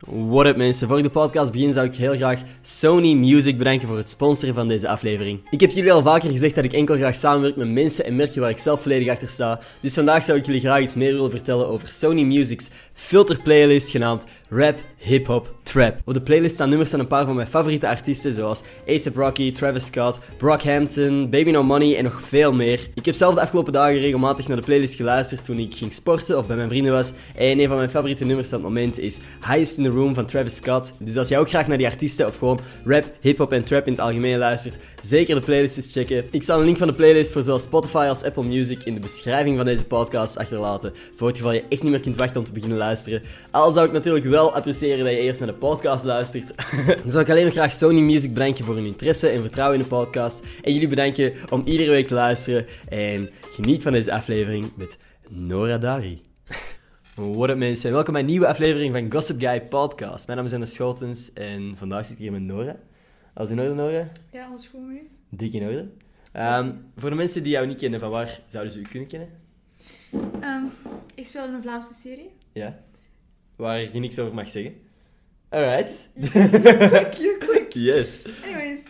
What up mensen, voor de podcast begin zou ik heel graag Sony Music bedanken voor het sponsoren van deze aflevering. Ik heb jullie al vaker gezegd dat ik enkel graag samenwerk met mensen en merken waar ik zelf volledig achter sta. Dus vandaag zou ik jullie graag iets meer willen vertellen over Sony Music's filterplaylist genaamd Rap, Hip Hop, Trap. Op de playlist staan nummers van een paar van mijn favoriete artiesten zoals A$AP Rocky, Travis Scott, Brockhampton, Baby No Money en nog veel meer. Ik heb zelf de afgelopen dagen regelmatig naar de playlist geluisterd toen ik ging sporten of bij mijn vrienden was. En een van mijn favoriete nummers van het moment is Highest in the Room van Travis Scott. Dus als jij ook graag naar die artiesten of gewoon rap, hip-hop en trap in het algemeen luistert, zeker de playlist eens checken. Ik zal een link van de playlist voor zowel Spotify als Apple Music in de beschrijving van deze podcast achterlaten, voor het geval je echt niet meer kunt wachten om te beginnen luisteren. Al zou ik natuurlijk wel appreciëren dat je eerst naar de podcast luistert. Dan zou ik alleen nog graag Sony Music bedanken voor hun interesse en vertrouwen in de podcast. En jullie bedanken om iedere week te luisteren. En geniet van deze aflevering met Nora Dari. What up mensen, en welkom bij een nieuwe aflevering van Gossip Guy Podcast. Mijn naam is Anne Schotens en vandaag zit ik hier met Nora. Alles in orde, Nora? Ja, alles goed mee. Dik in orde. Voor de mensen die jou niet kennen, van waar zouden ze u kunnen kennen? Ik speel in een Vlaamse serie. Ja. Waar je niks over mag zeggen. Alright. Quick. Yes. Anyways,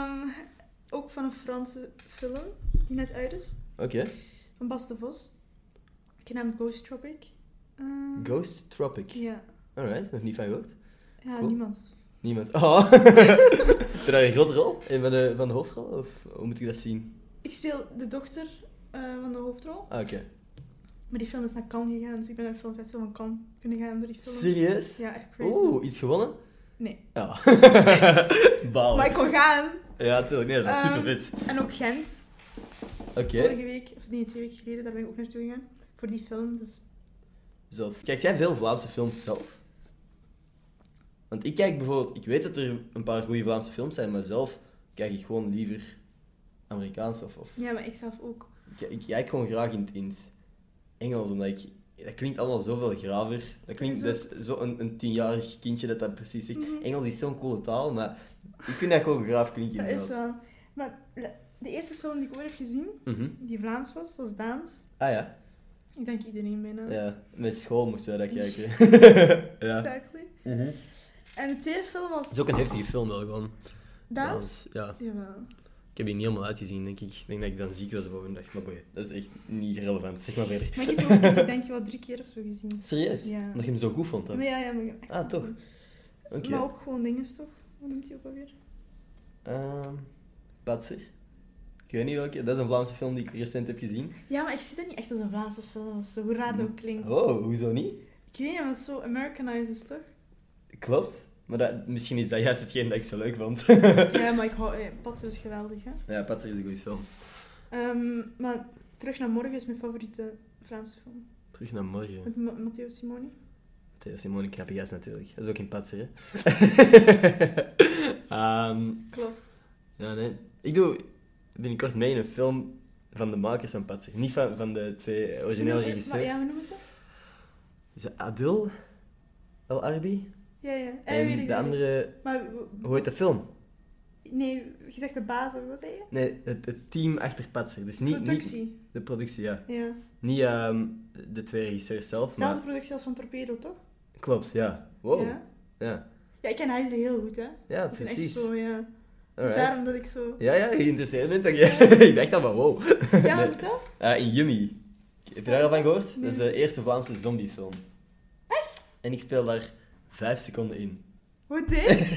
ook van een Franse film die net uit is. Oké. Van Bas de Vos. Genaamd Ghost Tropic. Ghost Tropic. Ja. Alright, nog niet van gehoord. Ja, Cool. niemand. Niemand. Oh. Heb je daar een grote rol in van de hoofdrol? Of hoe moet ik dat zien? Ik speel de dochter van de hoofdrol. Ah, oké. Maar die film is naar Cannes gegaan, dus ik ben naar het filmfestival van Cannes kunnen gaan door die film. Serieus? Ja, echt crazy. Oeh, iets gewonnen? Nee. Ja. Bal. Maar ik kon gaan. Ja, tuurlijk. Nee, dat is super vet. En ook Gent. Oké. Vorige week, of nee, 2 weken geleden, daar ben ik ook naartoe gegaan. Voor die film, dus... Zo. Kijk jij veel Vlaamse films zelf? Want ik kijk bijvoorbeeld... Ik weet dat er een paar goede Vlaamse films zijn, maar zelf kijk ik gewoon liever Amerikaans of... Ja, maar ik zelf ook. Ik kijk gewoon graag in het Engels, omdat ik... Dat klinkt allemaal zoveel graver. Dat is zo'n 10-jarig kindje dat precies zegt. Mhm. Engels is zo'n coole taal, maar ik vind dat gewoon graaf klinken. Dat inderdaad. is wel. Maar de eerste film die ik ooit heb gezien, Mhm. die Vlaams was Daans. Ah ja. Ik denk iedereen bijna. Ja, met school moesten we dat kijken. Ja. Exactly. Mhm. En de tweede film was... Het is ook een heftige film wel, gewoon. Daans? Ja. Jawel. Ik heb die niet helemaal uitgezien, denk ik. Ik denk dat ik dan ziek was de volgende dag. Maar boy, dat is echt niet relevant. Zeg maar verder. Maar ik heb die ook, ik denk je wel 3 keer of zo gezien. Serieus? Ja. Omdat je hem zo goed vond, dan? Maar ja, maar ik heb echt Ah, goed toch? gevonden. Oké. Maar ook gewoon dingen, toch? Hoe noemt hij ook alweer? Patser. Ik weet niet welke. Dat is een Vlaamse film die ik recent heb gezien. Ja, maar ik zie dat niet echt als een Vlaamse film of zo, hoe raar dat ook klinkt. Oh, hoezo niet? Ik weet niet, maar het is zo Americanized is, toch? Klopt. Maar misschien is dat juist hetgeen dat ik zo leuk vond. Ja, maar ik hou... Patser is geweldig, hè? Ja, Patser is een goede film. Maar Terug naar Morgen is mijn favoriete Vlaamse film. Terug naar morgen. Met Matteo Simoni. Theo Simone, knappe gast natuurlijk. Dat is ook in Patser, hè? Klopt. Ja, nee. Ik doe binnenkort mee in een film van de makers van Patser. Niet van de 2 originele regisseurs. Ja, hoe noemen ze? Is het Adil El Arbi? Ja, ja. En weet ik de niet. andere... Maar... Hoe heet de film? Nee, je zegt de baas, of wat zei je? Nee, het team achter Patser. Dus niet Productie. de productie, ja. Ja. Niet de 2 regisseurs zelf, Zelfde maar... productie als van Torpedo, toch? Klopt, ja. Wow. Ja. Ja, Ja, ik ken hij heel goed, hè. ja Dat is echt precies. zo, ja. Dus Alright. daarom dat ik zo... Ja, geïnteresseerd bent. Ik dacht al van wow. Ja, Nee. vertel. In Yummy. Heb je daar al van gehoord? Nee. Dat is de eerste Vlaamse zombiefilm. Echt? En ik speel daar 5 seconden in. Wat dit?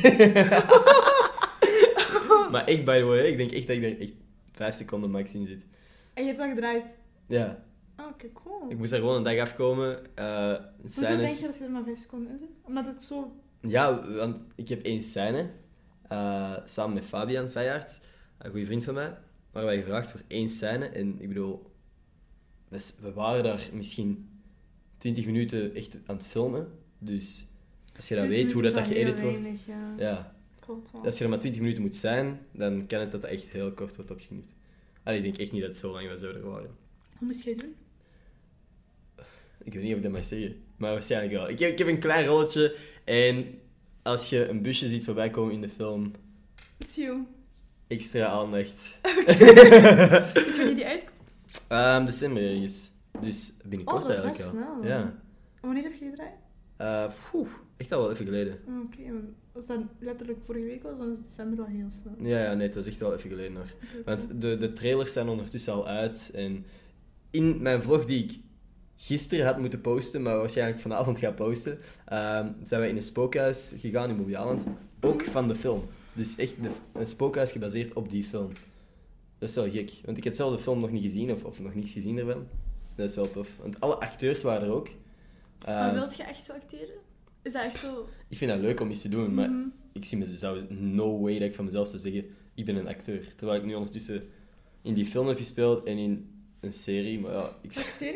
Maar echt, by the way, ik denk echt dat ik er echt 5 seconden max in zit. En je hebt dat gedraaid? Ja. Oh, oké, cool. Ik moest daar gewoon een dag afkomen. Hoezo denk je dat je er maar 5 seconden in zit? Omdat het zo... Ja, want ik heb 1 scène. Samen met Fabian Feyarts, een goede vriend van mij. Waar wij gevraagd voor 1 scène. En ik bedoel, we waren daar misschien 20 minuten echt aan het filmen. Dus als je dan 20 weet hoe minuten dat is wel geëdit heel wordt. weinig, ja. Ja. Klopt wel. Als je er maar 20 minuten moet zijn, dan kan het dat echt heel kort wordt opgeknipt. Allee, ik denk echt niet dat het zo lang zou waren. Hoe moest je het doen? Ik weet niet of ik dat mag zeggen, maar waarschijnlijk wel. Ik heb een klein rolletje en als je een busje ziet voorbij komen in de film, It's you. extra aandacht. Weet je wanneer die uitkomt? December ergens. Dus binnenkort Oh, dat is eigenlijk best al. snel. Ja. En wanneer heb je gedraaid? Echt al wel even geleden. Oké, maar als dat letterlijk vorige week was, dan is december wel heel snel. Ja, nee, het was echt wel even geleden hoor. Want de trailers zijn ondertussen al uit. En in mijn vlog die ik gisteren had moeten posten, maar waarschijnlijk vanavond ga posten, zijn we in een spookhuis gegaan in Bobbejaanland. Ook van de film. Dus echt een spookhuis gebaseerd op die film. Dat is wel gek. Want ik heb zelf de film nog niet gezien, of nog niets gezien ervan. Dat is wel tof. Want alle acteurs waren er ook. Maar wilt je echt zo acteren? Is dat echt zo... Ik vind dat leuk om iets te doen, maar ik zie mezelf... No way dat ik van mezelf zou zeggen, ik ben een acteur. Terwijl ik nu ondertussen in die film heb gespeeld en in een serie, maar ja... Welke serie?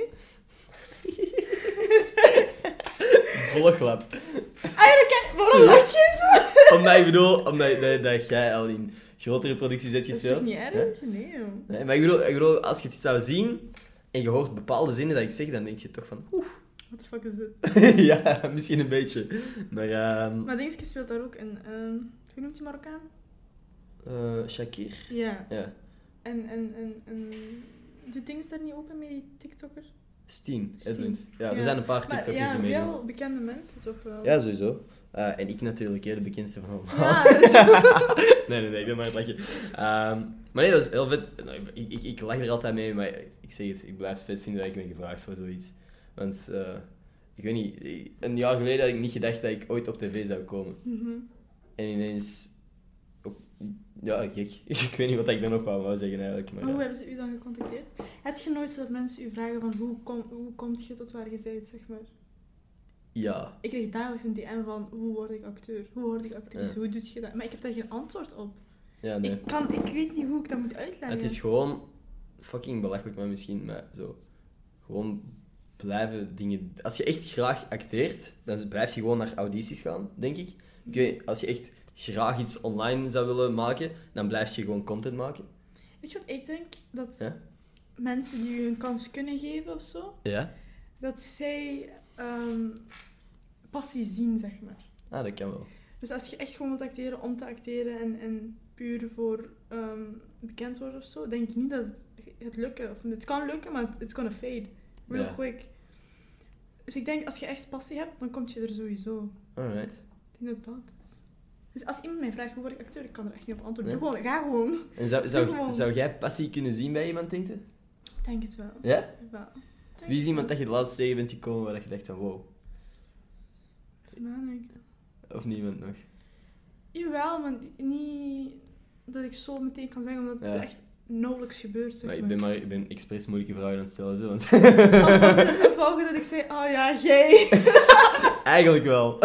Vloglab. Waarom lach je zo? Omdat jij al in grotere producties hebt Dat is gespeeld. toch niet erg? Nee, joh. Nee, maar ik bedoel, als je het zou zien en je hoort bepaalde zinnen dat ik zeg, dan denk je toch van... Oeh. What the fuck is dit? Ja, misschien een beetje. Maar... Maar Dingske speelt daar ook een... hoe noemt die Marokkaan? Shakir? Ja. Ja. En doet Dings daar niet ook aan met die TikToker? Steen, Steen. Edmund. Ja, er Ja. zijn een paar Maar TikTokers ja, die meedoen. veel bekende mensen toch wel. Ja, sowieso. En ik natuurlijk, de bekendste van allemaal. Ja, Nee, ik ben maar aan het lachen. Maar nee, dat is heel vet. Nou, ik lach er altijd mee, maar ik zeg het, ik blijf het vet vinden dat ik ben gevraagd voor zoiets. Want, ik weet niet, een jaar geleden had ik niet gedacht dat ik ooit op tv zou komen. Mhm. En ineens... Ja, gek. Ik weet niet wat ik dan nog wou zeggen eigenlijk. Maar, Maar hoe hebben ze u dan gecontacteerd? Heb je nooit zo dat mensen u vragen van hoe komt je tot waar je bent, zeg maar? Ja. Ik kreeg dagelijks een DM van hoe word ik acteur? Hoe word ik actrice? Ja. Hoe doe je dat? Maar ik heb daar geen antwoord op. Ja, nee. Ik weet niet hoe ik dat moet uitleggen. Het is gewoon fucking belachelijk, maar misschien, maar zo. Gewoon blijven dingen... Als je echt graag acteert, dan blijf je gewoon naar audities gaan, denk ik. Ik weet, als je echt graag iets online zou willen maken, dan blijf je gewoon content maken. Weet je wat ik denk? Dat Ja? mensen die u een kans kunnen geven of zo, Ja? dat zij passie zien, zeg maar. Ah, dat kan wel. Dus als je echt gewoon wilt acteren om te acteren en puur voor bekend worden of zo, denk ik niet dat het gaat lukken. Of, het kan lukken, maar it's gonna fade. Real Ja. quick. Dus ik denk, als je echt passie hebt, dan kom je er sowieso. Alright. Ik denk dat dat is. Dus als iemand mij vraagt, hoe word ik acteur? Ik kan er echt niet op antwoorden. Nee? Doe gewoon, ga gewoon. En Gewoon. zou jij passie kunnen zien bij iemand, denk je? Ik denk het wel. Ja? Wel. Denk Wie is het iemand wel. dat je de laatste tegen bent gekomen waar je dacht van wow? Even nadenken. Of niemand nog? Jawel, maar niet dat ik zo meteen kan zeggen, omdat Ja. het echt nauwelijks gebeurt. Zeg Maar ik ben expres moeilijke vragen aan het stellen, zo, want... De volgende dat ik zei, oh ja, jij. Eigenlijk wel.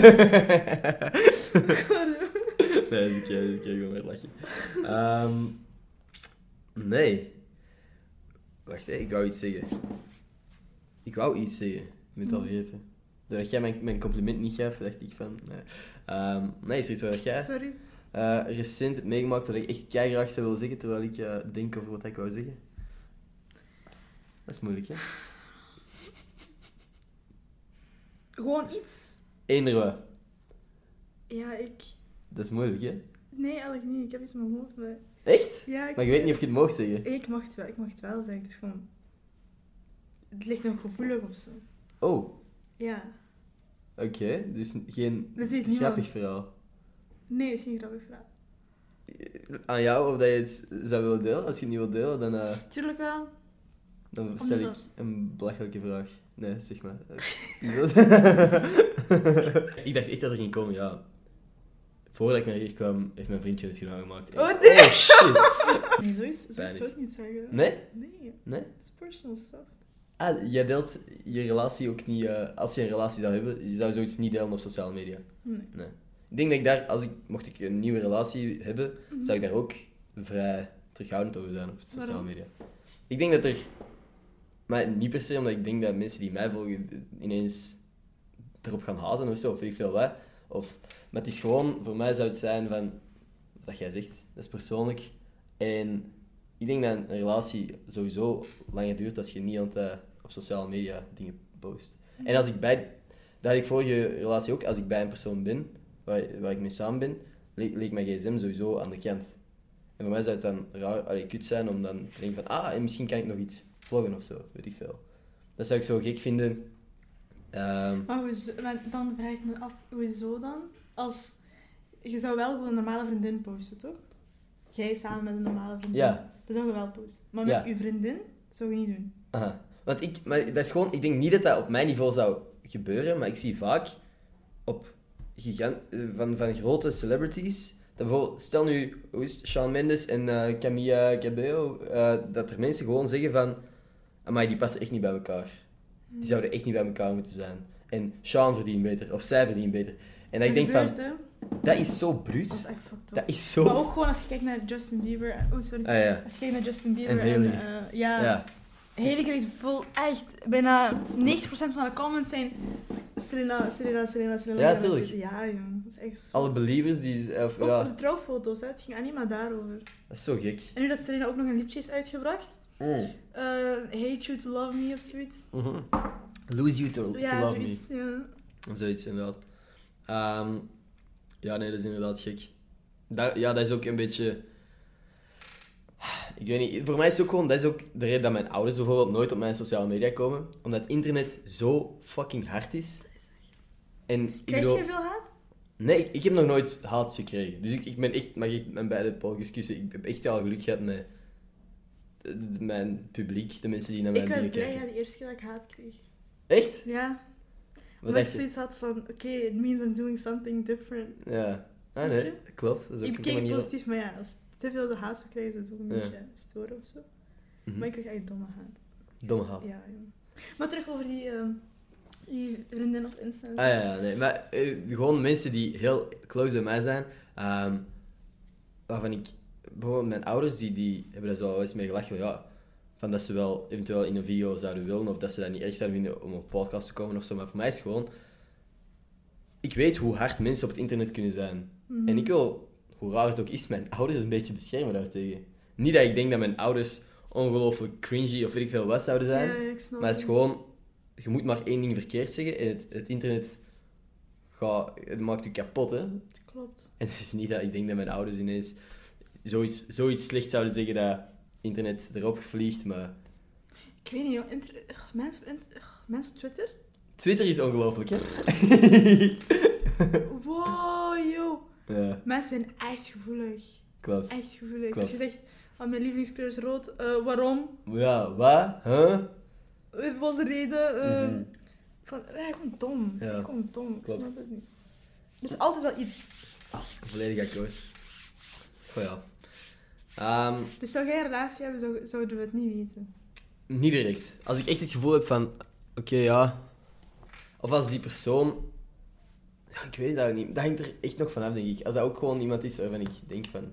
Nee, dat is oké, gewoon weer lachen. Nee. Wacht, hè, ik wou iets zeggen. Ik ben het al vergeten. Doordat jij mijn compliment niet gaf, dacht ik van... Nee, nee is er iets waar jij Sorry. recent hebt meegemaakt wat ik echt keigraag zou willen zeggen, terwijl ik denk over wat ik wou zeggen? Dat is moeilijk, hè? Gewoon iets. Eender wat. Ja, ik... Dat is moeilijk, hè? Nee, eigenlijk niet. Ik heb iets in mijn hoofd. Maar... Echt? Ja, ik Maar je weet niet of je het mag zeggen. Ik mag het wel. Ik mag het wel zeggen. Het is gewoon... Het ligt nog gevoelig of zo. Oh, Ja. oké. Dus geen Dat weet niemand. grappig verhaal. Nee, het is geen grappig verhaal. Aan jou, of dat je het zou willen delen. Als je het niet wilt delen, Tuurlijk wel. dan stel ik Omdat- een belachelijke vraag. Nee, zeg maar. Ik dacht echt dat er ging komen, ja. Voordat ik naar hier kwam, heeft mijn vriendje het gedaan gemaakt. Oh, nee. Oh, shit. Nee, zoiets Pijn zou is. ik niet zeggen. Nee? Nee. Nee? Het is personal stuff. Ah, jij deelt je relatie ook niet... als je een relatie zou hebben, je zou zoiets niet delen op sociale media. Nee. Nee. Ik denk dat ik daar, mocht ik een nieuwe relatie hebben, zou ik daar ook vrij terughoudend over zijn op sociale Waarom? media. Ik denk dat er... Maar niet per se omdat ik denk dat mensen die mij volgen ineens erop gaan haten of zo, of weet ik veel wat. Maar het is gewoon, voor mij zou het zijn van... Wat jij zegt, dat is persoonlijk. En ik denk dat een relatie sowieso langer duurt als je niet altijd op sociale media dingen post. En als ik bij... Dat had ik vorige relatie ook, als ik bij een persoon ben, waar ik mee samen ben, leek mijn gsm sowieso aan de kant. En voor mij zou het dan raar, kut zijn om dan te denken van, en misschien kan ik nog iets vloggen of zo, weet ik veel. Dat zou ik zo gek vinden Maar dan vraag ik me af, hoezo dan? Als... Je zou wel gewoon een normale vriendin posten, toch? Jij samen met een normale vriendin. Ja. Dat zou je wel posten. Maar met je vriendin zou je niet doen. Aha. Maar dat is gewoon... Ik denk niet dat dat op mijn niveau zou gebeuren, maar ik zie vaak op van grote celebrities... Dat bijvoorbeeld, stel nu, hoe is het, Shawn Mendes en Camilla Cabello, dat er mensen gewoon zeggen van... Amai, die passen echt niet bij elkaar. Die zouden echt niet bij elkaar moeten zijn. En Shawn verdient beter, of zij verdient beter. En dat ik denk van... Dat is zo bruut. Dat is echt fucked up. Dat is zo... Maar ook gewoon als je kijkt naar Justin Bieber... Oh, sorry. Ah, ja. Als je kijkt naar Justin Bieber En Hailey. ja. Hailey krijgt vol... Echt, bijna 90% van de comments zijn... Selena. Ja, tuurlijk. Ja, joh. Dat is echt zo. Alle believers die... Ook op de trouwfoto's, hè. Het ging alleen maar daarover. Dat is zo gek. En nu dat Selena ook nog een liedje heeft uitgebracht... Hate You To Love Me of zoiets. Lose You To Love zoiets, Me. Ja, Zoiets, inderdaad. Ja, nee, dat is inderdaad gek. Dat is ook een beetje... Ik weet niet, voor mij is het ook gewoon... Dat is ook de reden dat mijn ouders bijvoorbeeld nooit op mijn sociale media komen. Omdat het internet zo fucking hard is. Krijg je veel haat? Nee, ik heb nog nooit haat gekregen. Dus ik ben echt... Mag ik mijn beide polletjes kussen? Ik heb echt al geluk gehad met mijn publiek. De mensen die naar mijn video kijken. Ik was blij de eerste keer dat ik haat kreeg. Echt? Ja. Wat Omdat ik dacht je? zoiets had van... Oké, it means I'm doing something different. Ja. Ah, Snap nee. je? Klopt. Dat is ook Ik een keek manier... positief, maar ja, als je te veel de haat zou krijgen, zou het ook een beetje storen of zo. Maar ik kreeg echt domme haat. Domme haat. Ja, joh. Maar terug over die vriendin op Insta. Ah ja, nee. Maar gewoon mensen die heel close bij mij zijn, waarvan ik... Bijvoorbeeld mijn ouders, die hebben daar zo eens mee gelachen. Ja, van dat ze wel eventueel in een video zouden willen, of dat ze dat niet erg zouden vinden om op een podcast te komen of zo. Maar voor mij is het gewoon... Ik weet hoe hard mensen op het internet kunnen zijn. En ik wil, hoe raar het ook is, mijn ouders een beetje beschermen daartegen. Niet dat ik denk dat mijn ouders ongelooflijk cringy of weet ik veel wat zouden zijn. Ja, ik snap maar het is gewoon... Je moet maar één ding verkeerd zeggen en het internet het maakt je kapot, hè. Klopt. En het is niet dat ik denk dat mijn ouders ineens zoiets slecht zouden zeggen dat internet erop vliegt, maar... Ik weet niet, joh. Mensen op Twitter? Twitter is ongelooflijk, hè? Wow, joh. Ja, Mensen zijn echt gevoelig. klopt. Echt gevoelig. Klopt. Als je zegt, mijn lievelingskleur is rood, waarom? Ja, wat? Huh? Wat was de reden? Gewoon dom. Ja. Echt gewoon dom. Ik Klopt. snap het niet. Er is altijd wel iets. Volledig akkoord. Oh ja. Dus zou jij een relatie hebben, zouden we het niet weten. Niet direct. Als ik echt het gevoel heb van... Oké, ja... Of als die persoon... Ja, ik weet dat niet. Dat hangt er echt nog vanaf, denk ik. Als dat ook gewoon iemand is waarvan ik denk van...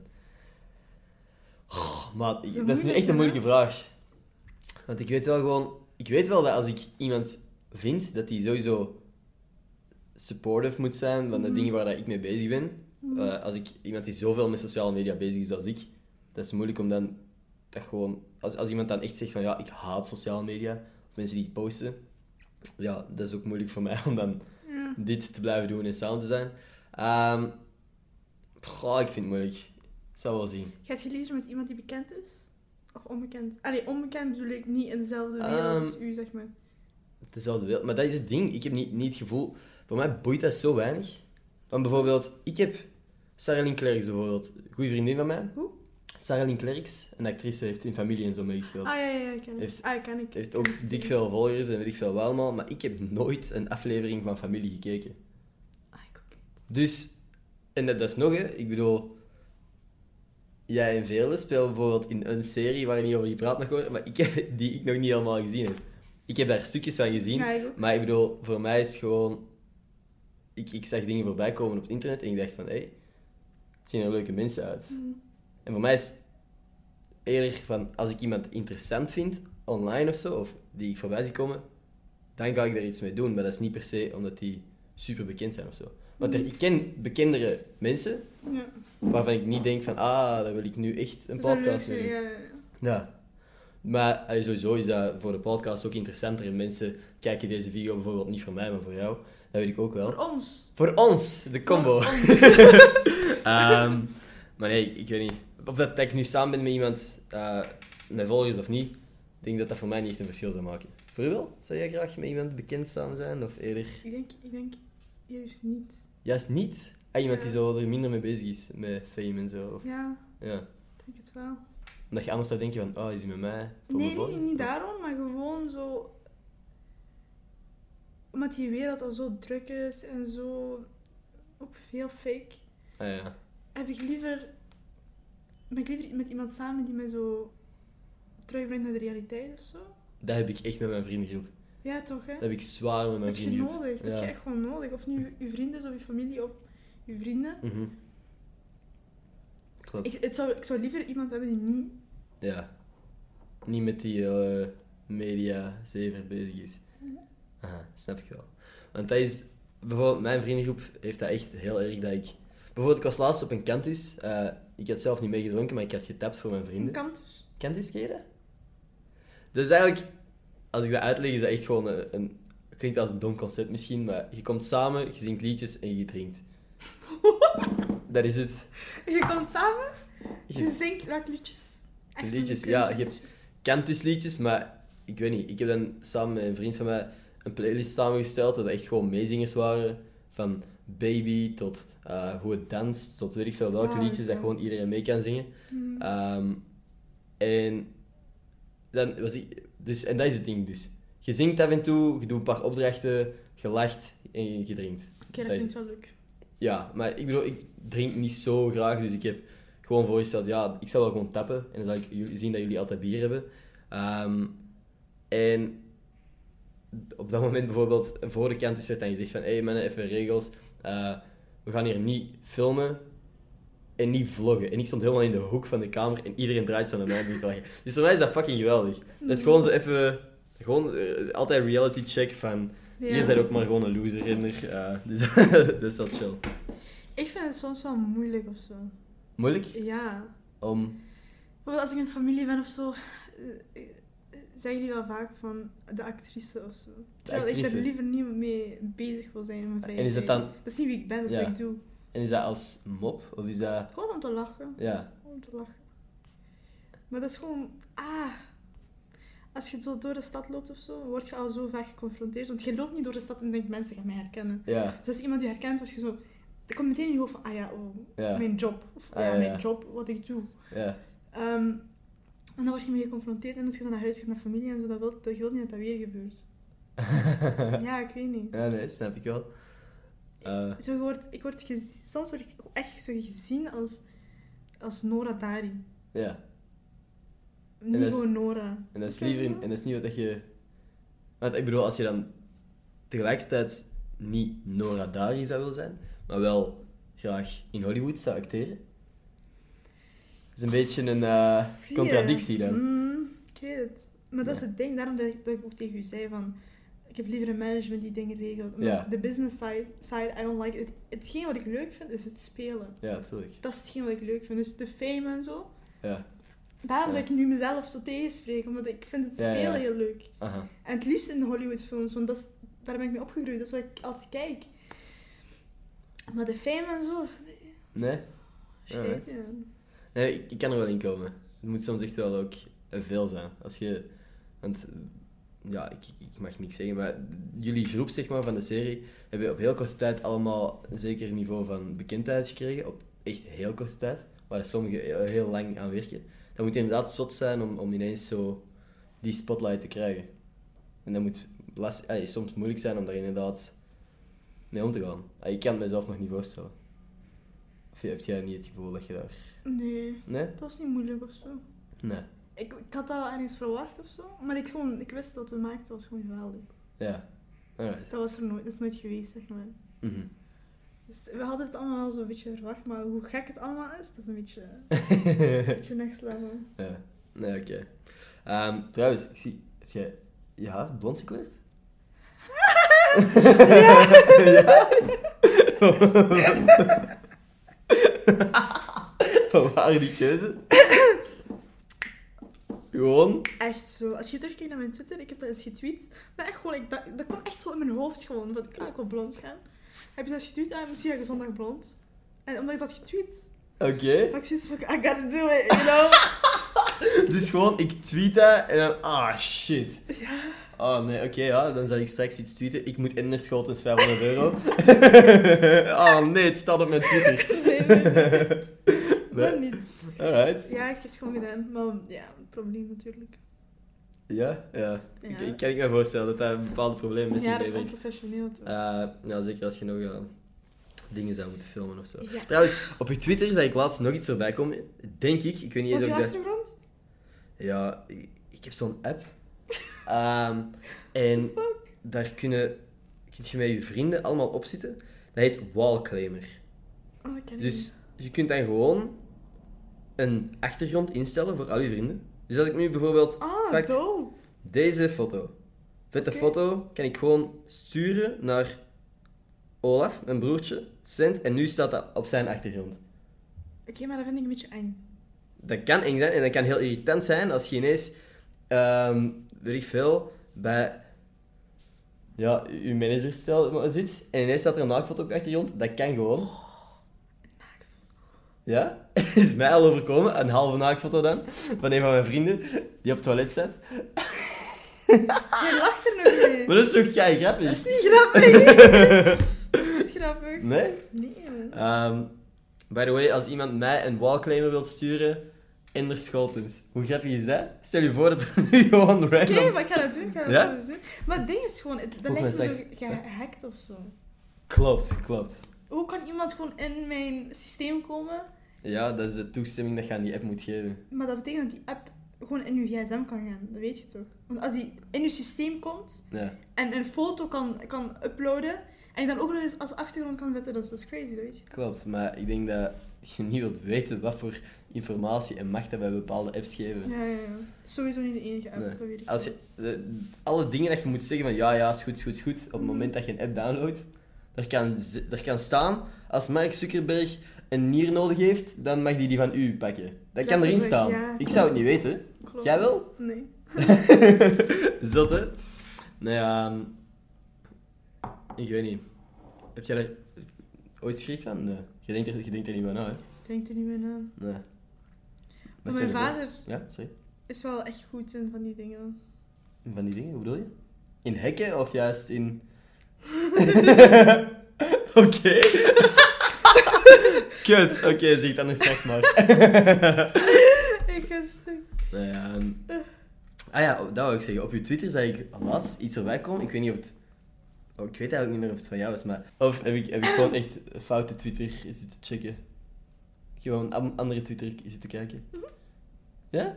Maar dat is nu echt een moeilijke vraag. Want ik weet wel gewoon... Ik weet wel dat als ik iemand vind, dat die sowieso supportive moet zijn van de dingen waar dat ik mee bezig ben. Als ik iemand die zoveel met sociale media bezig is als ik, dat is moeilijk om dan dat gewoon... Als iemand dan echt zegt van ja, ik haat sociale media, of mensen die het posten, ja, dat is ook moeilijk voor mij om dan dit te blijven doen en samen te zijn. Ik vind het moeilijk. Ik zal wel zien. Gaat je liever met iemand die bekend is? Of onbekend? Allee, onbekend bedoel ik niet in dezelfde wereld als u, zeg maar. Dezelfde wereld. Maar dat is het ding. Ik heb niet het gevoel... Voor mij boeit dat zo weinig. Want bijvoorbeeld, ik heb Sarah Lynn Clerks bijvoorbeeld. Een goede vriendin van mij. Hoe? Sarah Lynn Clerks, een actrice, heeft in Familie en zo meegespeeld. Ja, ik ken het. Ken ik. Heeft ook dik veel volgers en weet ik veel wel allemaal. Maar ik heb nooit een aflevering van Familie gekeken. Ik ook niet. Dus... En dat is nog, hè. Ik bedoel... Jij en Vele spelen bijvoorbeeld in een serie waar je niet over gepraat mag worden, maar die ik nog niet helemaal gezien heb. Ik heb daar stukjes van gezien, Ja, ik ook. maar ik bedoel, voor mij is het gewoon... Ik zag dingen voorbij komen op het internet en ik dacht van, hé, het zien er leuke mensen uit. En voor mij is eerder van, als ik iemand interessant vind, online of zo, of die ik voorbij zie komen, dan ga ik daar iets mee doen. Maar dat is niet per se omdat die super bekend zijn of zo. Want ik ken bekendere mensen, Ja. waarvan ik niet denk van, daar wil ik nu echt een Dat zou leuk podcast zijn, mee doen. ja. Ja. Maar sowieso is dat voor de podcast ook interessanter. En mensen kijken deze video bijvoorbeeld niet voor mij, maar voor jou. Dat weet ik ook wel. Voor ons. Voor ons, de combo. Voor ons. Maar nee, ik weet niet. Of dat ik nu samen ben met iemand, met volgers of niet, ik denk dat dat voor mij niet echt een verschil zou maken. Voor u wel? Zou jij graag met iemand bekend samen zijn? Of eerder... Ik denk eerst niet. Juist niet? Iemand die Ja. zo er minder mee bezig is, met fame en zo. Of... Ja, Ja. ik denk het wel. Omdat je anders zou denken van, oh, is hij met mij? Voor Nee, mijn volgers? niet Of- daarom, maar gewoon zo... Omdat die wereld al zo druk is en zo... Ook veel fake. Ah ja. Ben ik liever met iemand samen die me zo terugbrengt naar de realiteit of zo. Dat heb ik echt met mijn vriendengroep. Ja, toch, hè? Dat heb ik zwaar met mijn Dat heb je vriendengroep. nodig. Dat Ja. heb je echt gewoon nodig. Of nu je vrienden is, of je familie, of je vrienden. Mhm. Klopt. Ik zou liever iemand hebben die niet... Ja. Niet met die media-zever bezig is. Aha, snap ik wel. Want dat is... Bijvoorbeeld, mijn vriendengroep heeft dat echt heel erg dat ik... Bijvoorbeeld, ik was laatst op een Cantus. Ik had zelf niet meegedronken, maar ik had getapt voor mijn vrienden. Kan dus. Cantus, ken je dat? Dat is eigenlijk... Als ik dat uitleg, is dat echt gewoon een... Klinkt als een dom concept misschien, maar je komt samen, je zingt liedjes en je drinkt. Dat is het. Je komt samen, Je- je zingt welke liedjes? Echt Liedjes, zo'n ja, country je hebt- liedjes. Cantus-liedjes, maar ik weet niet. Ik heb dan samen met een vriend van mij een playlist samengesteld dat echt gewoon meezingers waren. Van Baby tot hoe het danst, tot weet ik veel welke Wow, liedjes dat yes. gewoon iedereen mee kan zingen. Hmm. En dan was ik... Dus, en dat is het ding dus. Je zingt af en toe, je doet een paar opdrachten, je lacht en je drinkt. Oké, dat dat- klinkt wel leuk. Ja, maar ik bedoel, ik drink niet zo graag, dus ik heb gewoon voorgesteld, ja, ik zal wel gewoon tappen en dan zal ik jullie zien dat jullie altijd bier hebben. En op dat moment bijvoorbeeld, voor de Cantus werd dan gezegd van, hey mannen, even regels, we gaan hier niet filmen en niet vloggen. En ik stond helemaal in de hoek van de kamer en iedereen draait zo naar mij en ik lachen. Dus voor mij is dat fucking geweldig. Dat is gewoon zo even, gewoon altijd reality check van, Ja. hier zijn ook maar gewoon een loser in er. Dus dat is wel chill. Ik vind het soms wel moeilijk of zo. Moeilijk Ja. om... Bijvoorbeeld als ik in familie ben of zo, zeggen die wel vaak van de actrice of zo. Terwijl ik actrice. daar liever niet mee bezig wil zijn in mijn vrije En is dat tijd. dan... Dat is niet wie ik ben, dat is Ja. wat ik doe. En is dat als mop? Of is dat... Gewoon om te lachen. Ja. Gewoon om te lachen. Maar dat is gewoon... Als je zo door de stad loopt of zo, word je al zo vaak geconfronteerd. Want je loopt niet door de stad en denkt mensen gaan mij herkennen. Ja. Dus als iemand je herkent, word je zo... Er komt meteen in je hoofd van, Ja. mijn job. Of Ah, ja, mijn ja. job, wat ik doe. Ja. En dan word je mee geconfronteerd en als je dan naar huis gaat, naar familie en zo, je wilt niet dat dat weer gebeurt. Ja, ik weet niet. Ja, nee, snap ik wel. Soms word ik echt zo gezien als Nora Dari. Ja. Niet dat is- gewoon Nora. En dat is Snap je liever... wat En ik dat is niet wat je... Want ik bedoel, als je dan tegelijkertijd niet Nora Dari zou willen zijn, maar wel graag in Hollywood zou acteren. Dat is een beetje een Zie je? contradictie dan. Ik weet het. Maar dat is Ja. het ding, daarom dat ik ook tegen u zei van... Ik heb liever een management die dingen regelt. Maar Ja. de business side, I don't like it. Hetgeen wat ik leuk vind, is het spelen. Ja, natuurlijk. Dat is hetgeen wat ik leuk vind. Dus de fame en zo. Ja. Daarom Ja. dat ik nu mezelf zo tegenspreek, omdat ik vind het Ja, ja. spelen heel leuk. Aha. En het liefst in de Hollywoodfilms, want daar ben ik mee opgegroeid. Dat is wat ik altijd kijk. Maar de fame en zo... Nee? Shit, Alright. ja. Nee, ik kan er wel in komen. Het moet soms echt wel ook veel zijn. Als je... Want... Ja, ik mag niks zeggen, maar jullie groep zeg maar, van de serie hebben op heel korte tijd allemaal een zeker niveau van bekendheid gekregen. Op echt heel korte tijd. Waar sommigen heel lang aan werken. Dat moet inderdaad zot zijn om ineens zo die spotlight te krijgen. En dat moet soms moeilijk zijn om daar inderdaad mee om te gaan. Ik kan het mezelf nog niet voorstellen. Of heb jij niet het gevoel dat je daar... Nee, Nee? dat was niet moeilijk of zo. Nee. Ik had dat wel ergens verwacht of zo. Maar ik wist dat we maakten, dat was gewoon geweldig. Ja. Alright. Dat is nooit geweest, zeg maar. Mhm. Dus we hadden het allemaal wel zo'n beetje verwacht, maar hoe gek het allemaal is, dat is een beetje next level. Ja. Nee, oké. Trouwens, ik zie... Heb jij je haar blond gekleurd? Ja? Van waar die keuze? Gewoon... Echt zo. Als je terugkijkt naar mijn Twitter, ik heb dat eens getweet. Maar echt gewoon, dat kwam echt zo in mijn hoofd gewoon. Van, ik wil blond gaan. Heb je dat eens getweet? Misschien ga ik zondag blond. En omdat ik dat getweet, Oké. had ik zoiets van, I gotta do it, you know? Dus gewoon, ik tweet dat en dan... Ah, shit. Ja. Oh nee, oké, ja, dan zal ik straks iets tweeten. Ik moet Ender Schotens €500. Oh nee, het staat op mijn Twitter. Nee. Dat niet. Alright. Ja, ik heb het gewoon gedaan. Maar ja, een probleem natuurlijk. Ja? Ja. Ja. Ik kan me voorstellen dat dat een bepaalde probleem is. Ja, dat is onprofessioneel toch? Ja, zeker als je nog dingen zou moeten filmen of zo. Ja. Trouwens, op je Twitter zag ik laatst nog iets erbij komen. Denk ik weet niet Was eens je of dat... achtergrond? Ja, ik heb zo'n app. En daar kun je met je vrienden allemaal op zitten. Dat heet Wallclaimer. Oh, dat ken ik Dus je kunt dan gewoon een achtergrond instellen voor al je vrienden. Dus als ik nu bijvoorbeeld niet. Ah, pak dope. deze foto. Vette Oké. foto kan ik gewoon sturen naar Olaf, mijn broertje. Send, en nu staat dat op zijn achtergrond. Oké, maar dat vind ik een beetje eng. Dat kan eng zijn en dat kan heel irritant zijn als je ineens, weet ik veel, bij je manager zit en ineens staat er een naaktfoto op je achtergrond. Dat kan gewoon. Ja? Is mij al overkomen. Een halve naaktfoto dan, van een van mijn vrienden, die op het toilet staat. Jij lacht er nog mee. Maar dat is toch kei grappig? Dat is niet grappig. Dat is niet grappig. Nee? Nee, man. By the way, als iemand mij een wallclaimer wilt sturen, Ender Scholtens. Hoe grappig is dat? Stel je voor dat er nu gewoon random... Oké, maar ik ga dat doen. Ik ga dat Ja? doen. Maar het ding is gewoon, dat Ook lijkt me met zo seks. gehackt of zo. Klopt. Hoe kan iemand gewoon in mijn systeem komen, Ja, dat is de toestemming dat je aan die app moet geven. maar dat betekent dat die app gewoon in je gsm kan gaan. Dat weet je toch? Want als die in je systeem komt Ja. en een foto kan uploaden en je dan ook nog eens als achtergrond kan zetten, dat is crazy, dat weet je. Klopt, maar ik denk dat je niet wilt weten wat voor informatie en macht dat wij bepaalde apps geven. Ja. Sowieso niet de enige app, Nee. dat weet ik. Als je, alle dingen dat je moet zeggen van ja, is goed, op het moment dat je een app downloadt, daar kan staan, als Mark Zuckerberg een nier nodig heeft, dan mag die van u pakken. Dat kan erin staan. Ja. Ik zou het niet weten. Klopt. Jij wel? Nee. Zot, hè? Nee, ik weet niet. Heb jij er ooit schrik van? Nee. Je denkt er niet van na, hè? Ik denk er niet meer na. Nee. Maar Wat mijn zijn er vader voor? Ja, sorry. is wel echt goed in van die dingen. Van die dingen, hoe bedoel je? In hekken of juist in... Oké. Kut. Oké, zeg het anders straks maar. Ik ga stuk. Nee, dat wou ik zeggen. Op je Twitter zag ik laatst iets erbij komen. Ik weet niet of het... Oh, ik weet eigenlijk niet meer of het van jou is, maar... Of heb ik gewoon echt foute Twitter zitten checken? Gewoon andere Twitter zitten kijken? Ja?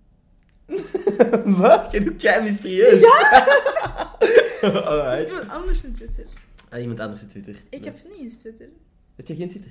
Wat? Je doet kei mysterieus. Ja! Alright. Is iemand anders in Twitter? Iemand anders in Twitter. Ik Nee. heb niet eens Twitter. Heb je geen Twitter?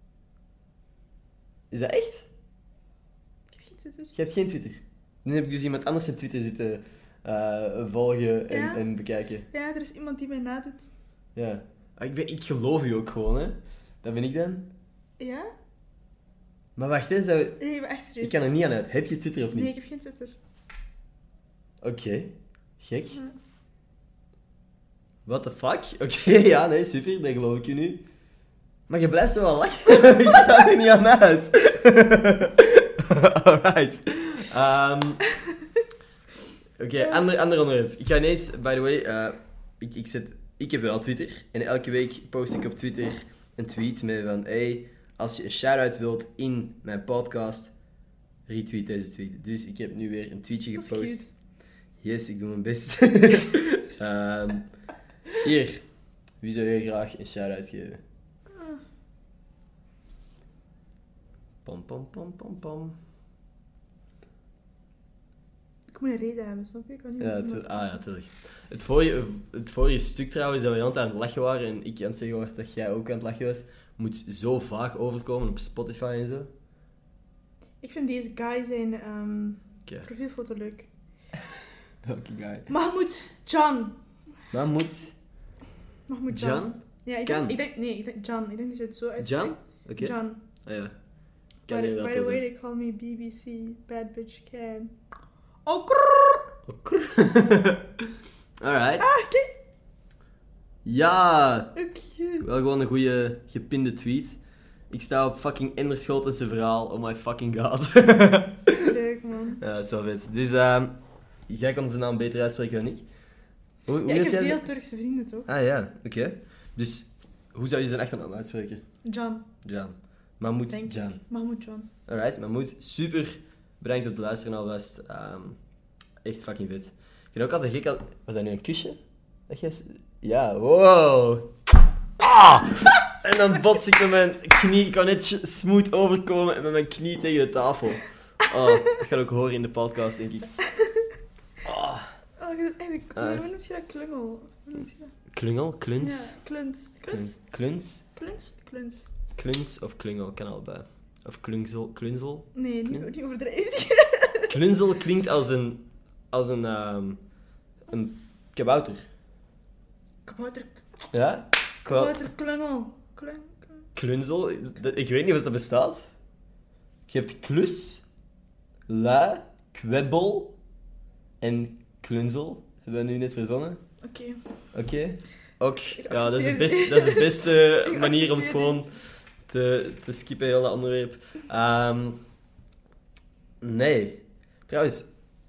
Is dat echt? Ik heb geen Twitter. Je hebt geen Twitter. Nu heb ik dus iemand anders in Twitter zitten volgen en, Ja? en bekijken. Ja, er is iemand die mij nadoet. Ja. Ik geloof je ook gewoon, hè. Dat ben ik dan. Ja? Maar wacht, hè. Zou... Nee, maar echt serieus. Ik kan er niet aan uit. Heb je Twitter of niet? Nee, ik heb geen Twitter. Oké. Gek. Ja. What the fuck? Oké, ja, nee, super. Dat geloof ik je nu. Maar je blijft zo wel lachen. Ik ga er niet aan uit. Alright. Oké, ander onderwerp. Ik ga ineens, by the way, ik heb wel Twitter. En elke week post ik op Twitter een tweet met van, hey, als je een shout-out wilt in mijn podcast, retweet deze tweet. Dus ik heb nu weer een tweetje Dat is gepost. cute. Yes, ik doe mijn best. Hier. Wie zou je graag een shout-out geven? Pam, pam, pam, pam, pam. Ik moet een reden hebben, snap je? Ik kan niet Ja, met iemand ja, tuurlijk. Het vorige stuk trouwens, dat we aan het lachen waren en ik aan het zeggen was dat jij ook aan het lachen was, moet zo vaag overkomen op Spotify en zo. Ik vind deze guy zijn Oké. profielfoto leuk. Welke guy? Mahmoud Jan. Mahmoud Mahmoud Jan. Jan? Ja, ik Kan. denk Jan. Ik denk dat je het zo uitspreekt. Jan? Oké. Jan. Ah ja. By Kan je the wel way, zeggen. they call me BBC. Bad bitch can. Oh, krrrr. Alright. Kijk. Ja, Cute. wel gewoon een goede gepinde tweet. Ik sta op fucking Ender Scholten's verhaal. Oh my fucking god. Leuk, man. Ja, zo vet. Dus, jij kon zijn naam beter uitspreken dan ik. Ja, ik heb veel Turkse vrienden, toch? Ah ja, oké. Dus, hoe zou je zijn achternaam uitspreken? Can. Can. Mahmoud Denk Can. ik. Mahmoud Can. Alright, Mahmoud, super bedankt om te luisteren alvast. Echt fucking vet. Ik vind ook altijd gek... Was dat nu een kusje? Dat jij... Ja, wow. En dan bots ik met mijn knie... Ik kan net smooth overkomen en met mijn knie tegen de tafel. Dat gaat ook horen in de podcast, denk ik. Eigenlijk, hoe noem je dat? Klungel. Hoe noem je dat? Klungel? Kluns? Ja, kluns. Kluns? Kluns? Kluns? Kluns. Kluns of klungel, kan allebei. Of klunzel? Nee, niet overdreven. Klunzel klinkt als een kabouter. Kabouter. Ja? Kabouter klungel. Klunzel? Ik weet niet of dat bestaat. Je hebt klus, lui, kwebbel en klunzel. Hebben we nu net verzonnen? Oké. Ook, ja, dat is de beste manier om het gewoon te skippen, heel dat onderwerp. Nee. Trouwens,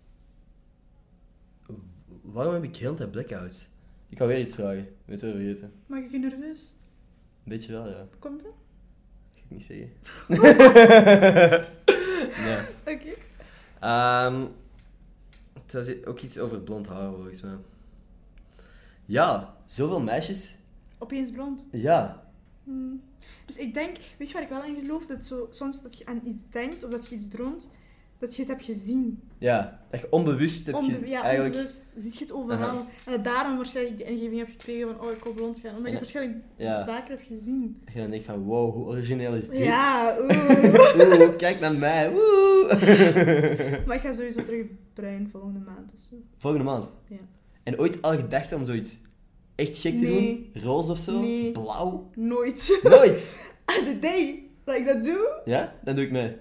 waarom heb ik heel de tijd blackouts? Ik kan weer iets vragen. Weet je wel vergeten. Maak ik je nerveus? Een beetje wel, ja. Komt het? Dat ga ik niet zeggen. Nee. Oké. Het was ook iets over blond haar, volgens mij. Ja, zoveel meisjes. Opeens blond. Ja. Dus ik denk, weet je waar ik wel in geloof? Dat zo, soms dat je aan iets denkt of dat je iets droomt, dat je het hebt gezien. Ja, dat je onbewust hebt eigenlijk... Onbewust. Zie je het overal. En dat daarom waarschijnlijk de ingeving hebt gekregen van, oh, ik wil blond gaan. Omdat je het waarschijnlijk vaker hebt gezien. En je dan denkt van, wow, hoe origineel is dit? Ja, oeh, kijk naar mij, Maar ik ga sowieso terug bruin volgende maand of zo. Volgende maand? Ja. En ooit al gedacht om zoiets echt gek te doen? Roze of zo? Nee. Blauw? Nooit. Nooit? The day dat ik dat doe... Ja? Dan doe ik mee.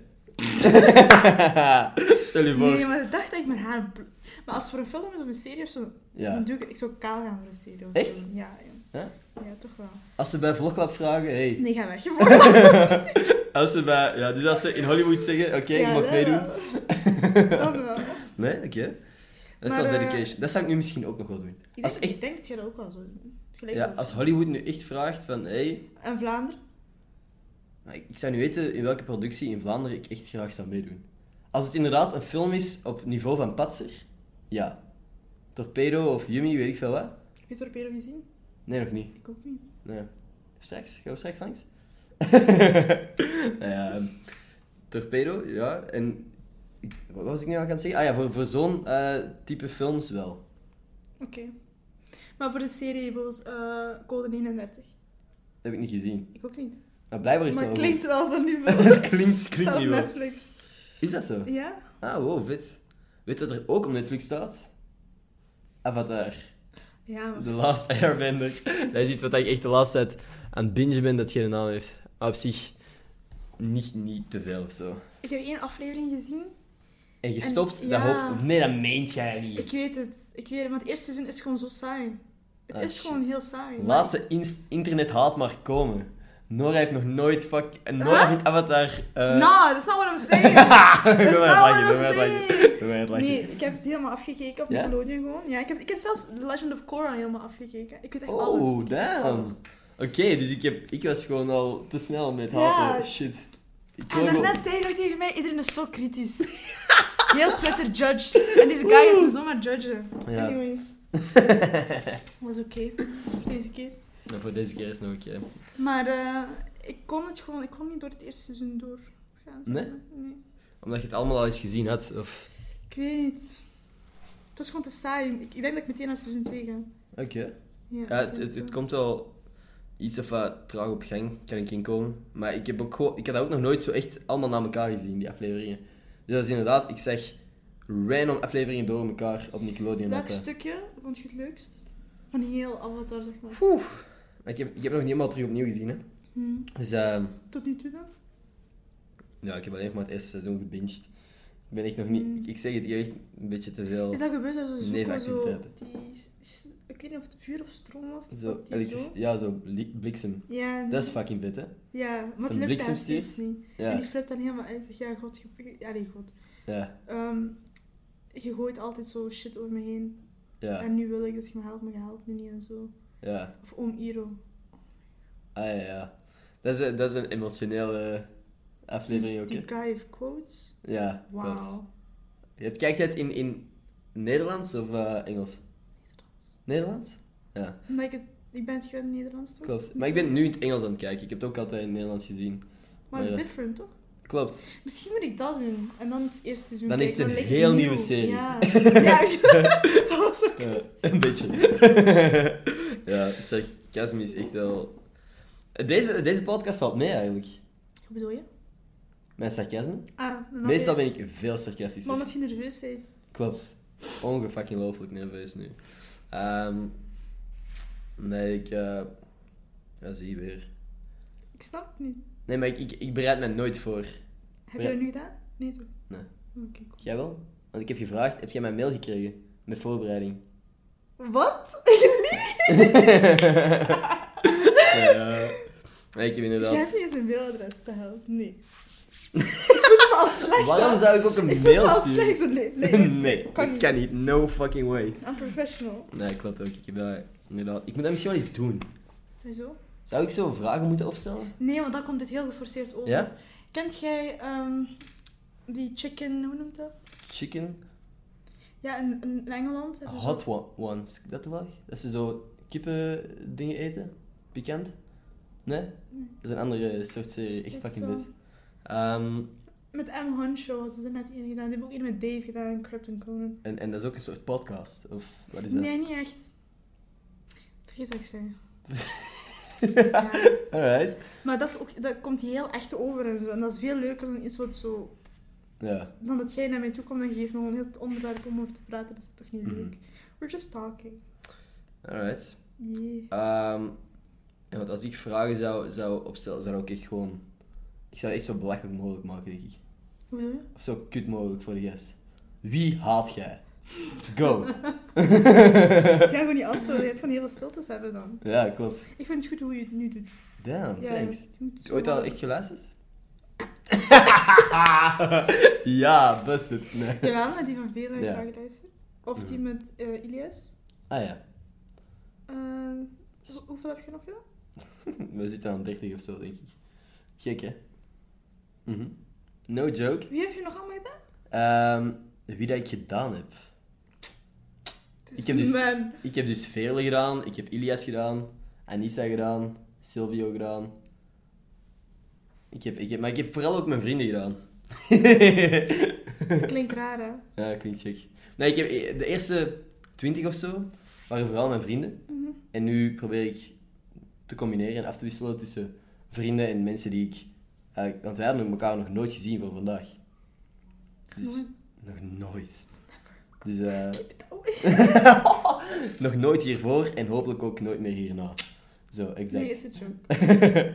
Stel je voor. Nee, maar ik dacht dat ik mijn haar... Maar als het voor een film is of een serie of zo, dan doe ik zou kaal gaan voor een serie of echt? zo. Ja. Ja, toch wel. Als ze bij Vloglab vragen, hey. Nee, ga weg. Als ze in Hollywood zeggen, oké, ik mag meedoen. Dat wel. Nee? Oké. Dat is wel dedication. Dat zou ik nu misschien ook nog wel doen. Ik denk dat jij dat ook wel zou doen. Als Hollywood nu echt vraagt van, hey... En Vlaanderen? Ik zou nu weten in welke productie in Vlaanderen ik echt graag zou meedoen. Als het inderdaad een film is op niveau van Patser, ja. Torpedo of Yummy, weet ik veel wat. Heb je Torpedo gezien? Nee, nog niet. Ik ook niet. Nee. Straks? Gaan we straks langs? Torpedo, ja. En... Wat was ik nu al aan het zeggen? Ah ja, voor zo'n type films wel. Oké. Maar voor de serie bijvoorbeeld Code 31? Dat heb ik niet gezien. Ik ook niet. Maar blijkbaar is maar het het wel klinkt wel van die film. klinkt niet wel. Netflix. Is dat zo? Ja. Ah, wow, vet. Weet je dat er ook op Netflix staat? Avatar. Ja, maar... The Last Airbender. Dat is iets wat ik echt de laatste tijd aan het bingen ben dat geen naam heeft. Maar op zich niet te veel of zo. Ik heb 1 aflevering gezien. En gestopt? Dat hoop... Nee, dat meent jij niet. Ik weet het, maar het eerste seizoen is gewoon zo saai. Het is gewoon heel saai. Laat de internethaat maar komen. Nora heeft nog nooit vindt Avatar... No, that's not what I'm saying. That's not what I'm saying. Nee, ik heb het helemaal afgekeken op Nickelodeon gewoon. Ja, ik heb zelfs The Legend of Korra helemaal afgekeken. Ik weet echt alles. Oh, damn. Oké, dus ik was gewoon al te snel met haten. Shit. En daarnet zei je nog tegen mij, iedereen is zo kritisch. Heel Twitter judged. En deze guy gaat me zomaar judgen. Ja. Anyways. Was oké. Deze keer. Ja, voor deze keer is het nog oké. Maar ik kon niet door het eerste seizoen doorgaan. Nee? Omdat je het allemaal al eens gezien had? Of... Ik weet niet. Het was gewoon te saai. Ik denk dat ik meteen naar seizoen 2 ga. Oké. Ja, het komt wel iets of wat traag op gang, kan ik inkomen. Maar ik heb dat ook nog nooit zo echt allemaal na elkaar gezien, die afleveringen. Dus dat is inderdaad, ik zeg random afleveringen door elkaar op Nickelodeon. Welk stukje vond je het leukst? Van heel Avatar, zeg maar. Ik heb nog niet helemaal terug opnieuw gezien, hè. Dus, tot nu toe dan? Ja, ik heb alleen maar het eerste seizoen gebinged. Ik ben echt nog niet... Ik zeg het, ik heb echt een beetje te veel is dat gebeurd als zo nevenactiviteiten. Ik weet niet of het vuur of stroom was. Zo bliksem. Ja. Dat is fucking vet, hè? Ja, maar het lukt daar steeds niet. Ja. En die flipt dan helemaal uit. Zeg, ja, god. Ja. Je gooit altijd zo shit over me heen. Ja. En nu wil ik dat je me helpt, maar je helpt me niet en zo. Ja. Of oom Iro. Ah ja. Dat is een emotionele aflevering ook, Die hè? guy heeft quotes. Ja, Wauw. klopt. Kijkt je het in Nederlands of Engels? Nederlands? Ja, Ik ben het gewend in Nederlands, toch? klopt. Maar ik ben nu in het Engels aan het kijken. Ik heb het ook altijd in het Nederlands gezien. Maar het is different, toch? Klopt. Misschien moet ik dat doen. En dan het eerste seizoen Dan is kijken, het een lijkt heel nieuw. nieuwe serie. Ja, ja dat was ook Ja, een beetje. Ja, sarcasme is echt wel... Deze podcast valt mee eigenlijk. Hoe bedoel je? Mijn sarcasme. Dan Meestal ben ik veel sarcastischer. Maar omdat je nerveus bent. Klopt. Ongefucking looflijk nerveus nu. Nee, ja, zie je weer. Ik snap het niet. Nee, maar ik bereid me nooit voor. Heb je dat nu gedaan? Nee, toch? Nee. Oké, cool. Jij wel? Want ik heb gevraagd, heb jij mijn mail gekregen? Met voorbereiding. Wat? Ja. Nee, ik heb inderdaad... Jij hebt niet eens mijn mailadres te helpen. Nee. Ik voel me al slecht. Waarom zou ik ook een Ik voel me mail al sturen? slecht. Zo, nee. Nee, Kan dat kan niet. No fucking way. Unprofessional. Nee, klopt ook. Ik heb dat inderdaad... Ik moet dat misschien wel eens doen. Hoezo? Zou ik zo vragen moeten opstellen? Nee, want dan komt dit heel geforceerd over. Ja? Kent jij die chicken, hoe noemt dat? Chicken? Ja, in Engeland hebben ze... Hot ones. Dat toevallig? Dat ze zo kippen dingen eten? Pikant? Nee? Dat is een andere soort serie. Echt fucking zo. vet. Met M. Huncho hadden ze er net één gedaan. Die hebben ook één met Dave gedaan in Krypton Conan. En dat is ook een soort podcast? Of wat is dat? Nee, niet echt. Vergeet wat ik zei. Ja. Alright. Maar dat komt heel echt over en zo. En dat is veel leuker dan iets wat zo... Ja. Dan dat jij naar mij toe komt en je geeft nog een heel onderwerp om over te praten. Dat is toch niet Mhm. leuk? We're just talking. Alright. Yeah. En want als ik vragen zou opstellen, zou ik echt gewoon... Ik zou het echt zo belachelijk mogelijk maken, denk ik. Hoe bedoel je? Of zo kut mogelijk voor de gast. Wie haat jij? Go! Ik ga gewoon niet antwoorden. Je hebt gewoon heel veel stiltes hebben dan. Ja, klopt. Ik vind het goed hoe je het nu doet. Damn, Ja, thanks. je moet Heb je zo ooit al houden. echt geluisterd? Ja, busted. Nee. Jawel, naar die van Velen Ja. graag luisteren. Of die met Ilias. Ah ja. Hoeveel heb je nog gedaan? We zitten aan 30 of zo, denk ik. Gek, hè? Mhm. No joke. Wie heb je nog allemaal gedaan? Wie dat ik gedaan heb? Het is Ik heb dus Veerle gedaan, ik heb Ilias gedaan, Anissa gedaan, Silvio gedaan. Maar ik heb vooral ook mijn vrienden gedaan. Het klinkt raar, hè? Ja, klinkt gek. Nee, ik heb de eerste 20 of zo waren vooral mijn vrienden. Mhm. En nu probeer ik te combineren en af te wisselen tussen vrienden en mensen die ik... want wij hebben elkaar nog nooit gezien voor vandaag. Dus, Nooit. nog nooit. Dus, Keep it away. nog nooit hiervoor en hopelijk ook nooit meer hierna. Zo, exact. Nee, is het joke.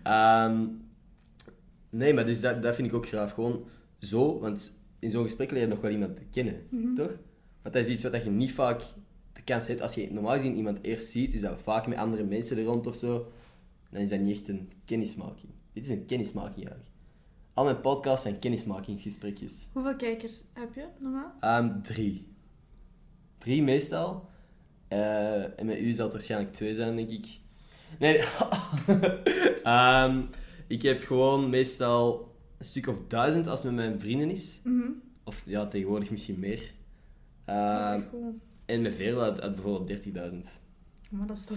Nee, maar dus dat vind ik ook graag. Gewoon zo, want in zo'n gesprek leer je nog wel iemand te kennen, Mhm. toch? Want dat is iets wat je niet vaak de kans hebt. Als je normaal gezien iemand eerst ziet, is dat vaak met andere mensen er rond of zo. Dan is dat niet echt een kennismaking. Dit is een kennismaking eigenlijk. Al mijn podcasts zijn kennismakingsgesprekjes. Hoeveel kijkers heb je normaal? 3. 3 meestal. En met u zal het waarschijnlijk 2 zijn, denk ik. Nee. Ik heb gewoon meestal een stuk of 1000 als het met mijn vrienden is. Mhm. Of ja, tegenwoordig misschien meer. Dat is echt cool. En met Veerle had bijvoorbeeld 30.000. Maar dat is...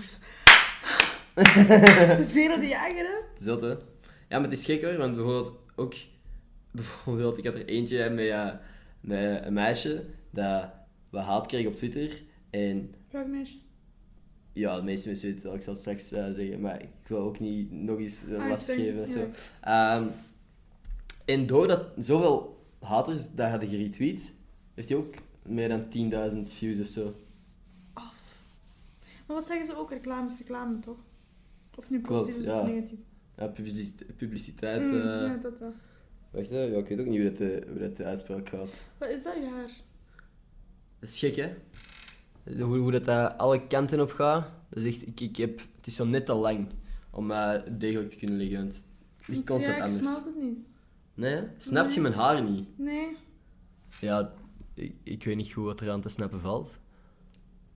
Dat is Vera de Jager, hè? Zot, hè? Ja, maar het is gek hoor, want bijvoorbeeld ik had er eentje met een meisje dat wat haat kreeg op Twitter. En Welk meisje? ja, de meeste mensen weten wel, ik zal het straks zeggen, maar ik wil ook niet nog eens last ik denk, geven. Zo. ja. En doordat zoveel haters dat hadden geretweet, heeft hij ook meer dan 10.000 views of zo. Af. Maar wat zeggen ze ook? Reclame is reclame, toch? Of nu Klopt, positief is ja. of negatief? Ja, publiciteit. Ja, dat wel. Wacht, hè? Ja, ik weet ook niet hoe dat de uitspraak gaat. Wat is dat jaar? Dat is gek, hè? Hoe dat alle kanten op gaat. Dat is echt, het is zo net te lang om degelijk te kunnen liggen. Want het ligt constant ja, ik anders. snap het niet. Nee, hè? Snapt je Nee. mijn haar niet? Nee. Ja, ik weet niet goed wat er aan te snappen valt.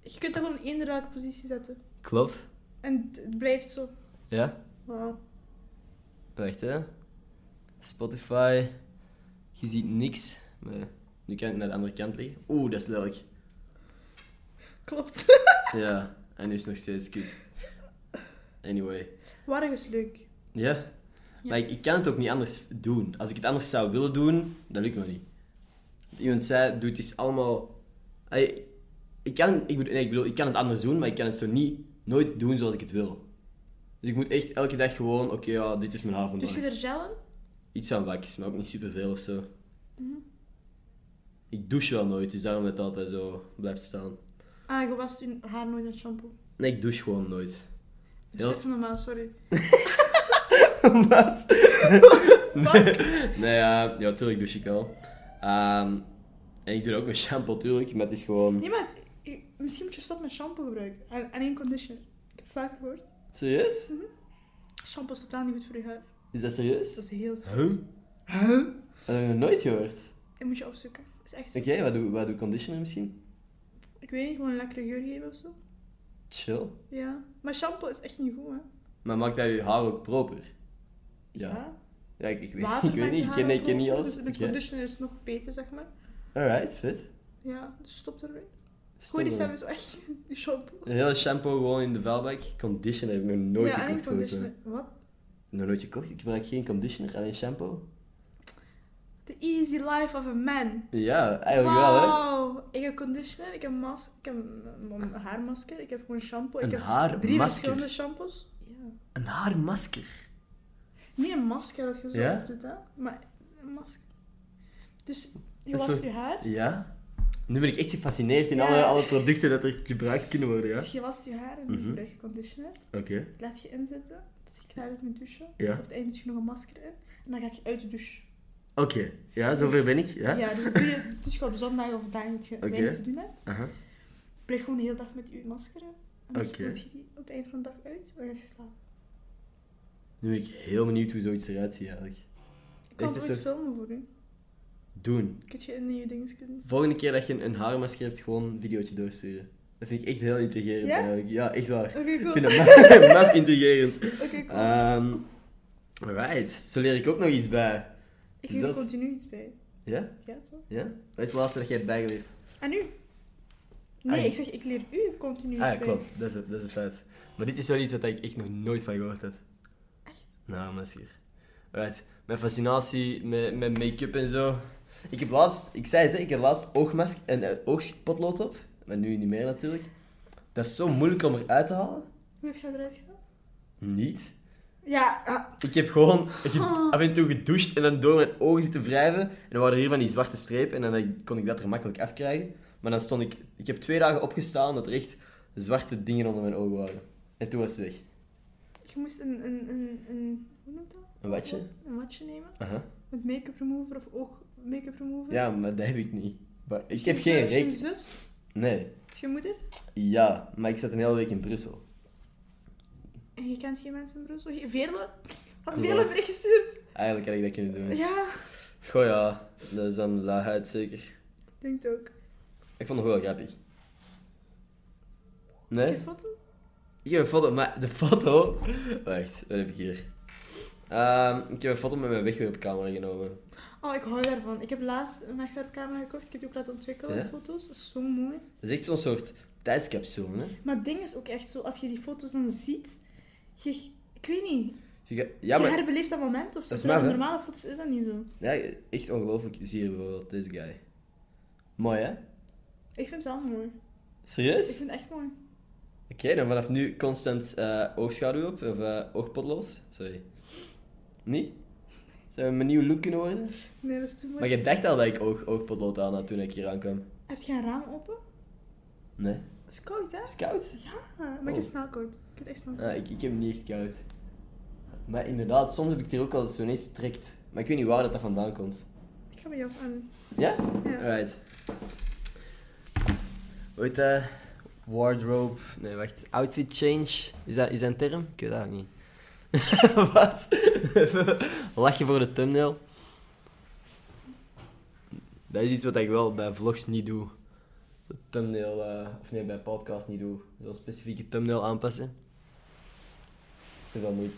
Je kunt dat gewoon in eender welke positie zetten. Klopt. En het blijft zo. Ja? Wow. Wacht, hè. Spotify. Je ziet niks. Maar nu kan ik naar de andere kant liggen. Oeh, dat is lelijk. Klopt. Ja, en nu is het nog steeds kut. Anyway. Warrig is leuk. Ja? Ja. Maar ik kan het ook niet anders doen. Als ik het anders zou willen doen, dan lukt me niet. Iemand zei, doe het is allemaal... ik kan het anders doen, maar ik kan het zo nooit doen zoals ik het wil. Dus ik moet echt elke dag gewoon, oké, ja, dit is mijn haar vandaag. Dus je er gel in? Iets aan wakjes, maar ook niet superveel of zo. Mhm. Ik douche wel nooit, dus daarom dat het altijd zo blijft staan. Ah, je wast je haar nooit met shampoo. Nee, ik douche gewoon nooit. Dat is even normaal, sorry. Wat? Nee, ja, tuurlijk douche ik wel. En ik doe dat ook met shampoo, tuurlijk, maar het is gewoon... Nee, maar misschien moet je stoppen met shampoo gebruiken. En één conditioner. Ik heb het vaak gehoord. Serieus? Shampoo is totaal niet goed voor je haar. Is dat serieus? Dat is heel slecht. Huh? Dat heb ik nog nooit gehoord. Dat moet je opzoeken. Dat is echt zo. Oké, wat doe conditioner misschien? Ik weet niet, gewoon een lekkere geur geven of zo. Chill. Ja. Maar shampoo is echt niet goed, hè. Maar maakt dat je haar ook proper? Ja, ik weet, Water ik weet maakt niet, je ik haar ken niet ook, alles. Dus met Oké. conditioner is het nog beter, zeg maar. Alright, vet. Ja, dus stop ermee. Stom, Gooi die hè. stem zo echt, die shampoo. Een hele shampoo gewoon in de vuilbak. Conditioner heb ik nog nooit ja, en gekocht. een conditioner. Wat? Nog nooit gekocht? Ik gebruik geen conditioner, alleen shampoo. The easy life of a man. Ja, eigenlijk wel, hè. Wauw. Ik heb conditioner, ik heb een haarmasker, ik heb gewoon shampoo. Een ik heb haarmasker? 3 verschillende shampoos. Ja. Een haarmasker. Niet een masker dat je zo Ja? doet, hè. Maar een masker. Dus je Een wast soort- je haar. Ja. Nu ben ik echt gefascineerd in Ja. alle producten dat er gebruikt kunnen worden, ja. Dus je wast je haar en dan Mhm. gebruik je conditioner. Oké. Dat laat je inzetten. Dus je klaar is met douchen. Ja. Op het einde doe je nog een masker in. En dan ga je uit de douche. Oké. Ja, zover ben ik, ja. Ja, dus dat doe je dus op zondag of dagen dat je Oké. weinig te doen hebt. Aha. Blijf gewoon de hele dag met je masker in. En dan Oké. spoelt je die op het einde van de dag uit. En dan ga je slapen. Nu ben ik heel benieuwd hoe zoiets eruit ziet, eigenlijk. Ik kan Echt, het is ooit er- filmen voor u. Doen. Kun je in je dingetjes doen. Volgende keer dat je een haarmasker hebt, gewoon een videootje doorsturen. Dat vind ik echt heel intrigerend, Ja? eigenlijk. Ja, echt waar. Oké, Ik cool. vind het maf intrigerend. Oké, cool. Alright. Zo leer ik ook nog iets bij. Ik is leer er dat- continu iets bij. Ja? Ja, zo. Ja? Wat is het laatste dat jij hebt bijgeleerd? En u? Nee, Ah, ik zeg, ik leer u continu iets Ah ja, bij. klopt. Dat is een feit. Maar dit is wel iets wat ik echt nog nooit van gehoord heb. Echt? Nou, masker. Alright. Mijn fascinatie met make-up en zo. Ik heb laatst, ik zei het, hè, ik heb laatst een oogpotlood op. Maar nu niet meer natuurlijk. Dat is zo moeilijk om eruit te halen. Hoe heb je dat eruit gedaan? Niet. Ja, Ik heb gewoon af en toe gedoucht en dan door mijn ogen zitten wrijven. En dan waren er hier van die zwarte strepen en dan kon ik dat er makkelijk afkrijgen. Maar dan stond ik heb 2 dagen opgestaan dat er echt zwarte dingen onder mijn ogen waren. En toen was het weg. je moest een hoe noemt dat? Een watje? Een watje nemen. Aha. Met make-up remover of oog make-up remover. Ja, maar dat heb ik niet. Maar ik Je heb geen zus, je rekening. zus, Nee. je moeder. Ja, maar ik zat een hele week in Brussel. En je kent geen mensen in Brussel. Veerle? Had Klopt. Veerle een bericht gestuurd? Eigenlijk had ik dat kunnen doen. Ja, Goh ja, dat is dan laagheid zeker. denk het ook. Ik vond het wel grappig. Nee? Heb je foto? Ik heb een foto, maar de foto... Wacht, wat heb ik hier? Ik heb een foto met mijn wegwerpcamera genomen. Oh, ik hou daarvan. Ik heb laatst een wegwerpcamera gekocht. Ik heb die ook laten ontwikkelen, Ja? de foto's. Dat is zo mooi. Dat is echt zo'n soort tijdscapsule, hè? Maar het ding is ook echt zo, als je die foto's dan ziet, ik weet niet, Ja, je maar... herbeleeft dat moment of zo. Dat is Terwijl maf, op hè? normale foto's is dat niet zo. Ja, echt ongelooflijk. Zie je bijvoorbeeld deze guy. Mooi, hè? Ik vind het wel mooi. Ik Serieus? vind het echt mooi. Oké, dan vanaf nu constant oogschaduw op, of oogpotlood. Sorry. Niet? Zou we mijn nieuwe look kunnen worden? Nee, dat is te mooi. Maar je dacht al dat ik oogpotlood aan had toen ik hier aankwam. Heb je een raam open? Nee. Dat is koud, hè? Is het koud? Ja, maar ik heb Oh. snel koud. Ik heb echt snel koud. Ah, ik heb het niet echt koud. Maar inderdaad, soms heb ik het hier ook altijd zo ineens trekt. Maar ik weet niet waar dat vandaan komt. Ik ga mijn jas aan doen. Ja? Ja. Alright. Ooit wardrobe... Nee, wacht. Outfit change. Is dat een term? Ik weet dat eigenlijk niet. Wat? Lach je voor de thumbnail? Dat is iets wat ik wel bij vlogs niet doe. de thumbnail, of nee, bij podcast niet doe. Zo'n specifieke thumbnail aanpassen. Dat is te veel moeite.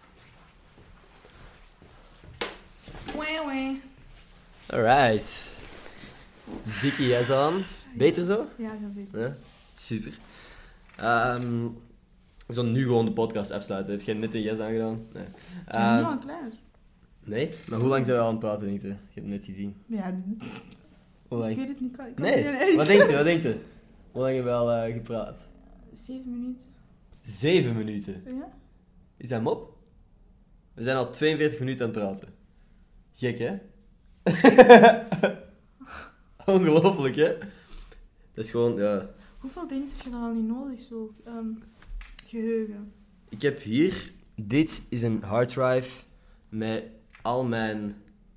Wee. Alright. Dikke jas aan. Beter zo? Ja, dat beter. Ja, super. Zo nu gewoon de podcast afsluiten. Heb jij net een jas aangedaan? Nee. Ja, nu al klaar. Nee? Maar hoe lang zijn we aan het praten, niet? Je hebt het net gezien. Ja, Hoe lang? ik weet het niet. Ik kan Nee? het niet uit. Wat denk je? Hoe lang hebben we al gepraat? 7 minuten. 7 minuten. Ja? Is dat mop? We zijn al 42 minuten aan het praten. Gek, hè? Ongelooflijk, hè? Dat is gewoon, ja... Hoeveel dingen heb je dan al niet nodig, zo? Geheugen. Ik heb hier... Dit is een harddrive met al mijn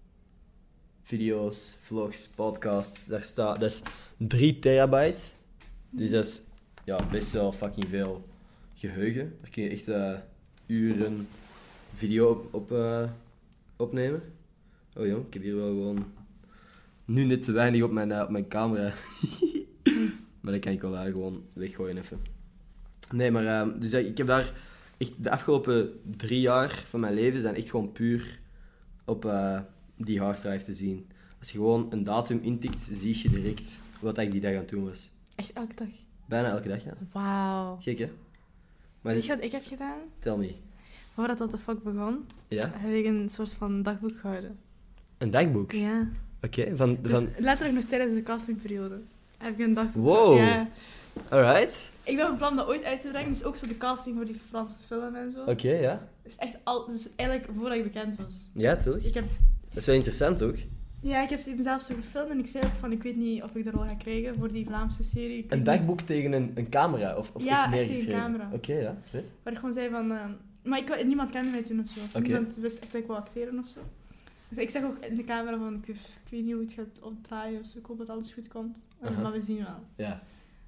video's, vlogs, podcasts. Daar staat... Dat is 3 terabyte. Dus dat is ja, best wel fucking veel geheugen. Daar kun je echt uren video op opnemen. Oh jong, ik heb hier wel gewoon... Nu net te weinig op mijn camera. Maar dat kan ik wel gewoon weggooien even. Nee, maar... dus ik heb daar... Echt de afgelopen 3 jaar van mijn leven zijn echt gewoon puur op die harddrive te zien. Als je gewoon een datum intikt, zie je direct wat ik die dag aan het doen was. Echt elke dag? Bijna elke dag, ja. Wauw. Gek, hè? Maar Weet je wat ik heb gedaan? Tell me. Voordat dat de fuck begon, Ja? heb ik een soort van dagboek gehouden. Een dagboek? Ja. Oké, Dus letterlijk nog tijdens de castingperiode heb ik een dagboek Wow. Ja. Alright. Ik ben van plan dat ooit uit te brengen, dus ook zo de casting voor die Franse film en zo. Oké, ja. Dus echt dus eigenlijk voordat ik bekend was. Ja, tuurlijk. Ik heb, Dat is wel interessant ook. ja, ik heb mezelf zo gefilmd en ik zei ook van, ik weet niet of ik de rol ga krijgen voor die Vlaamse serie. Ik weet Een niet. dagboek tegen een camera? Of Ja, echt meer echt tegen geschreven? een camera. Oké, ja. Vet. Waar ik gewoon zei van... maar niemand kende mij toen of zo. Of Oké. niemand wist echt dat ik wil acteren of zo. Dus ik zeg ook in de camera van, ik weet niet hoe het gaat opdraaien of zo. Ik hoop dat alles goed komt. Aha. Maar we zien wel. Ja.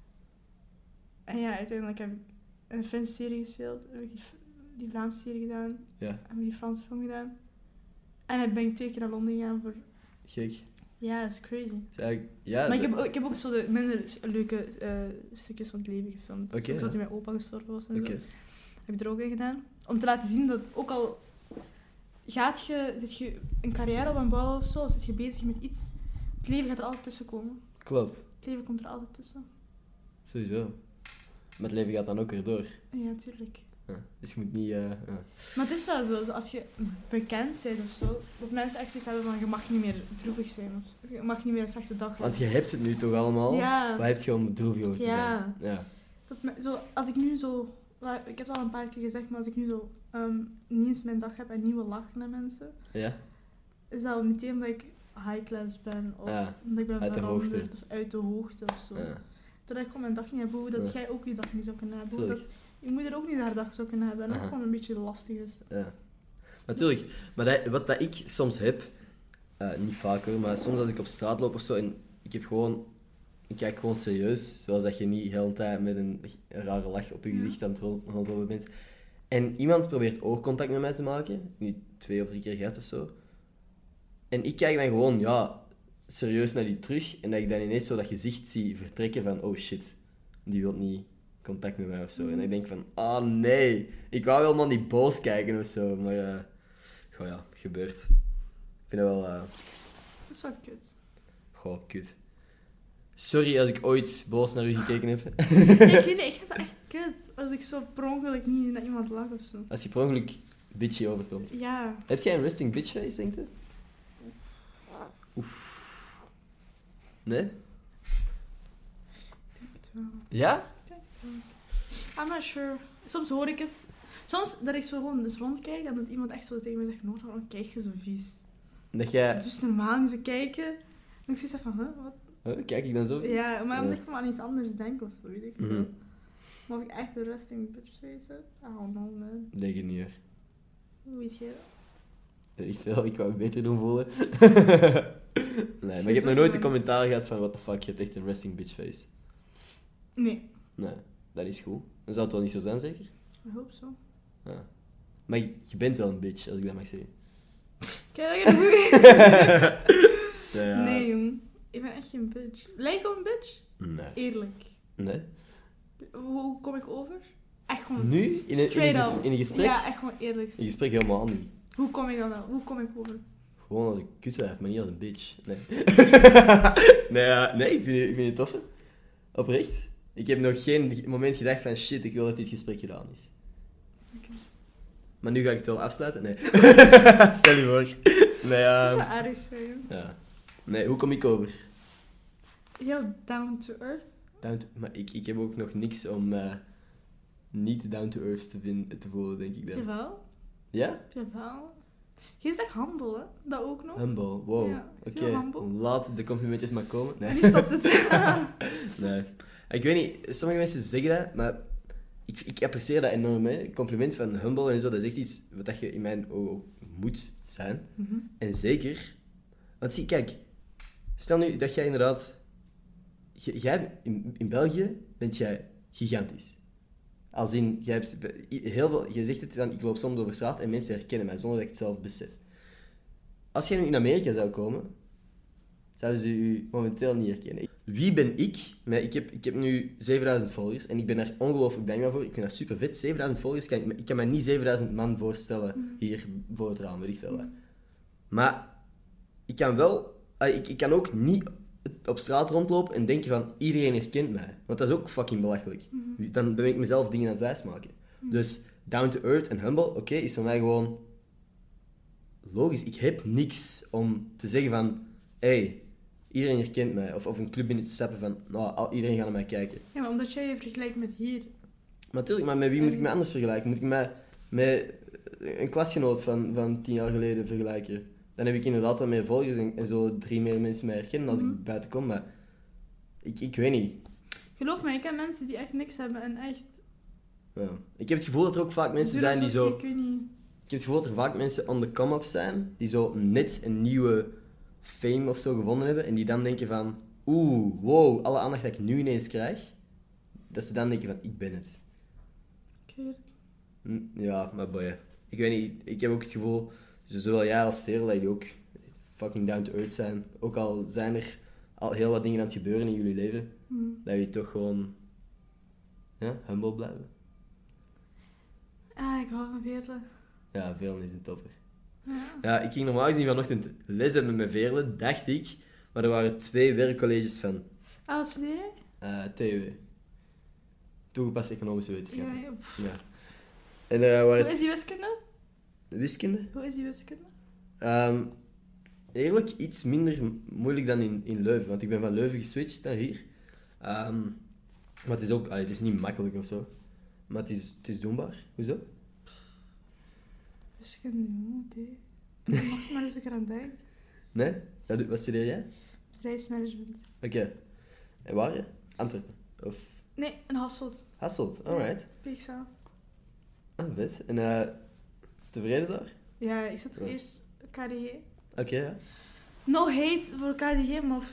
En ja, uiteindelijk heb ik een Finse serie gespeeld. Heb ik die Vlaamse serie gedaan. Ja. Heb ik die Franse film gedaan. En dan ben ik 2 keer naar Londen gegaan voor... Gek. Ja, dat is crazy. Is eigenlijk- ja, Maar ik heb ook zo de minder leuke stukjes van het leven gefilmd. Oké, Dus ook ja. dat mijn opa gestorven was en Oké. zo. Heb ik er ook in gedaan. Om te laten zien dat ook al zit je een carrière op een bouw of zo, of zit je bezig met iets, het leven gaat er altijd tussen komen. Klopt. Het leven komt er altijd tussen. Sowieso. Maar het leven gaat dan ook weer door. Ja, tuurlijk. Ja. Dus je moet niet... ja. Maar het is wel zo, als je bekend bent of zo, dat mensen echt zoiets hebben van je mag niet meer droevig zijn of zo. Je mag niet meer een slechte dag hebben. Want je hebt het nu toch allemaal? Ja. Wat heb je om droevig over te Ja. zijn? Ja. Als ik nu zo... Ik heb het al een paar keer gezegd, maar als ik nu zo niet eens mijn dag heb en niet wil lachen naar mensen, Ja? is dat meteen omdat ik high class ben of Ja, omdat ik ben uit de veranderd hoogte. of uit de hoogte of zo. Ja. Dat ik gewoon mijn dag niet heb, hoe dat Ja. jij ook je dag niet zou kunnen hebben. Hoe Tuurlijk. dat je moeder ook niet haar dag zou kunnen hebben en ook Aha. gewoon een beetje lastig is. Ja. Natuurlijk. Maar wat dat ik soms heb, niet vaak hoor, maar soms als ik op straat loop of zo en ik kijk gewoon serieus, zoals dat je niet de hele tijd met een rare lach op je gezicht aan het rondlopen bent. En iemand probeert oogcontact met mij te maken, nu 2 of 3 keer gehad of zo. En ik kijk dan gewoon, ja, serieus naar die terug en dat ik dan ineens zo dat gezicht zie vertrekken van, oh shit, die wil niet contact met mij of zo. En ik denk van, ah nee, ik wou helemaal niet boos kijken of zo, maar goh ja, gebeurt. Ik vind dat wel, Dat is wel kut. goh, kut. Sorry als ik ooit boos naar u gekeken heb. Ja, ik weet niet, ik vind dat echt kut. Als ik zo per ongeluk niet naar iemand lach of zo. Als je per ongeluk bitchy overkomt. Ja. Heb jij een resting bitch face, denk je? Oef. Nee? Ik denk het wel. Ja? Ik denk het wel. I'm not sure. Soms hoor ik het. Soms dat ik zo gewoon eens rondkijk en dat iemand echt zo tegen me zegt, Noor, waarom kijk je zo vies? Dat jij... Dus normaal niet zo kijken. En ik zoiets van, wat? Huh, kijk ik dan zo? Ja, maar omdat Ja. ik gewoon aan iets anders denk of zo, weet ik Mhm. veel. Maar of ik echt een resting bitch face heb? I don't know, man. Denk je niet hoor. Hoe weet jij dat? Weet ik veel, ik wou me beter doen voelen. Nee, maar ik heb nog nooit een commentaar gehad van, what the fuck, je hebt echt een resting bitch face. Nee, Nee, dat is goed. Dan zou het wel niet zo zijn, zeker? I hope so. Ja. Maar je bent wel een bitch, als ik dat mag zeggen. Kijk, dat Ja. Nee, jong. Ik ben echt geen bitch. Lijk op een bitch? Nee. Eerlijk. Nee. Hoe kom ik over? Echt gewoon... Nu? In een gesprek? Ja, echt gewoon eerlijk. In een gesprek helemaal niet. Hoe kom ik dan wel? Hoe kom ik over? Gewoon als een kutwijf, maar niet als een bitch. Nee. nee, ik vind het toffe. Oprecht. Ik heb nog geen moment gedacht van shit, ik wil dat dit gesprek gedaan is. Okay. Maar nu ga ik het wel afsluiten? Nee. Stel je voor. Nee, dat zou aardig zijn. Ja. Nee, hoe kom ik over? Heel down to earth. Maar ik heb ook nog niks om niet down to earth te voelen, denk ik dan. Jawel. Ja? Jawel. Je is echt humble, hè? Dat ook nog. Humble, wow. Ja, Oké, laat de complimentjes maar komen. Nee. En nu stopt het. Nee. Ik weet niet, sommige mensen zeggen dat, maar ik apprecieer dat enorm. Hè. Compliment van humble en zo, dat is echt iets wat je in mijn ogen ook moet zijn. Mm-hmm. En zeker, want zie, kijk, stel nu dat jij inderdaad... Jij, in België bent jij gigantisch. Als in, jij hebt heel veel... Je zegt het van, ik loop soms over straat en mensen herkennen mij, zonder dat ik het zelf besef. Als jij nu in Amerika zou komen, zouden ze u momenteel niet herkennen. Wie ben ik? Ik heb nu 7000 volgers en ik ben daar ongelooflijk dankbaar voor. Ik vind dat super vet. 7000 volgers, ik kan me niet 7000 man voorstellen hier voor het raam, weet ik veel. Maar ik kan wel... Ik kan ook niet op straat rondlopen en denken van iedereen herkent mij. Want dat is ook fucking belachelijk. Mm-hmm. Dan ben ik mezelf dingen aan het wijsmaken. Dus down to earth en humble, oké, is voor mij gewoon logisch. Ik heb niks om te zeggen van hey, iedereen herkent mij. Of een club binnen te stappen van nou, iedereen gaat naar mij kijken. Ja, maar omdat jij je vergelijkt met hier. Maar natuurlijk, maar met wie moet ik me anders vergelijken? Moet ik mij met een klasgenoot van 10 jaar geleden vergelijken? Dan heb ik inderdaad wat meer volgers en zo 3 meer mensen mij herkennen als ik buiten kom, maar ik weet niet. Geloof me, ik ken mensen die echt niks hebben en echt... Ja. Ik heb het gevoel dat er ook vaak mensen zijn die zo... Ik weet niet. Ik heb het gevoel dat er vaak mensen on the come-up zijn, die zo net een nieuwe fame of zo gevonden hebben en die dan denken van wow, alle aandacht dat ik nu ineens krijg, dat ze dan denken van, ik ben het. Ik weet het. Ja, maar boy, ik weet niet, ik heb ook het gevoel, zowel jij als Veerle, dat jullie ook fucking down to earth zijn. Ook al zijn er al heel wat dingen aan het gebeuren in jullie leven, dat jullie toch gewoon humble blijven. Ah, ik hou van Veerle. Ja, Veerle is een topper. Ja. Ja, ik ging normaal gezien vanochtend les hebben met Veerle, dacht ik, maar er waren 2 werkcolleges van. Ah, wat studeer jij? TUW. Toegepaste economische wetenschappen. Ja. Ja. En waren Hoe is die wiskunde? wiskunde? Hoe is die wiskunde? Eigenlijk iets minder moeilijk dan in Leuven, want ik ben van Leuven geswitcht naar hier. Maar het is ook, het is niet makkelijk of zo, maar het is doenbaar. Hoezo? Wiskunde, nee. Ik mag maar eens een keer aan denken. Nee? Wat studeer jij? Bedrijfsmanagement. Oké. En waar je? Antwerpen? Of? Nee, een Hasselt. Hasselt, alright. PXA. Vet. En tevreden daar? Ja, ik zat eerst KDG. Oké, ja. No hate voor KDG, maar...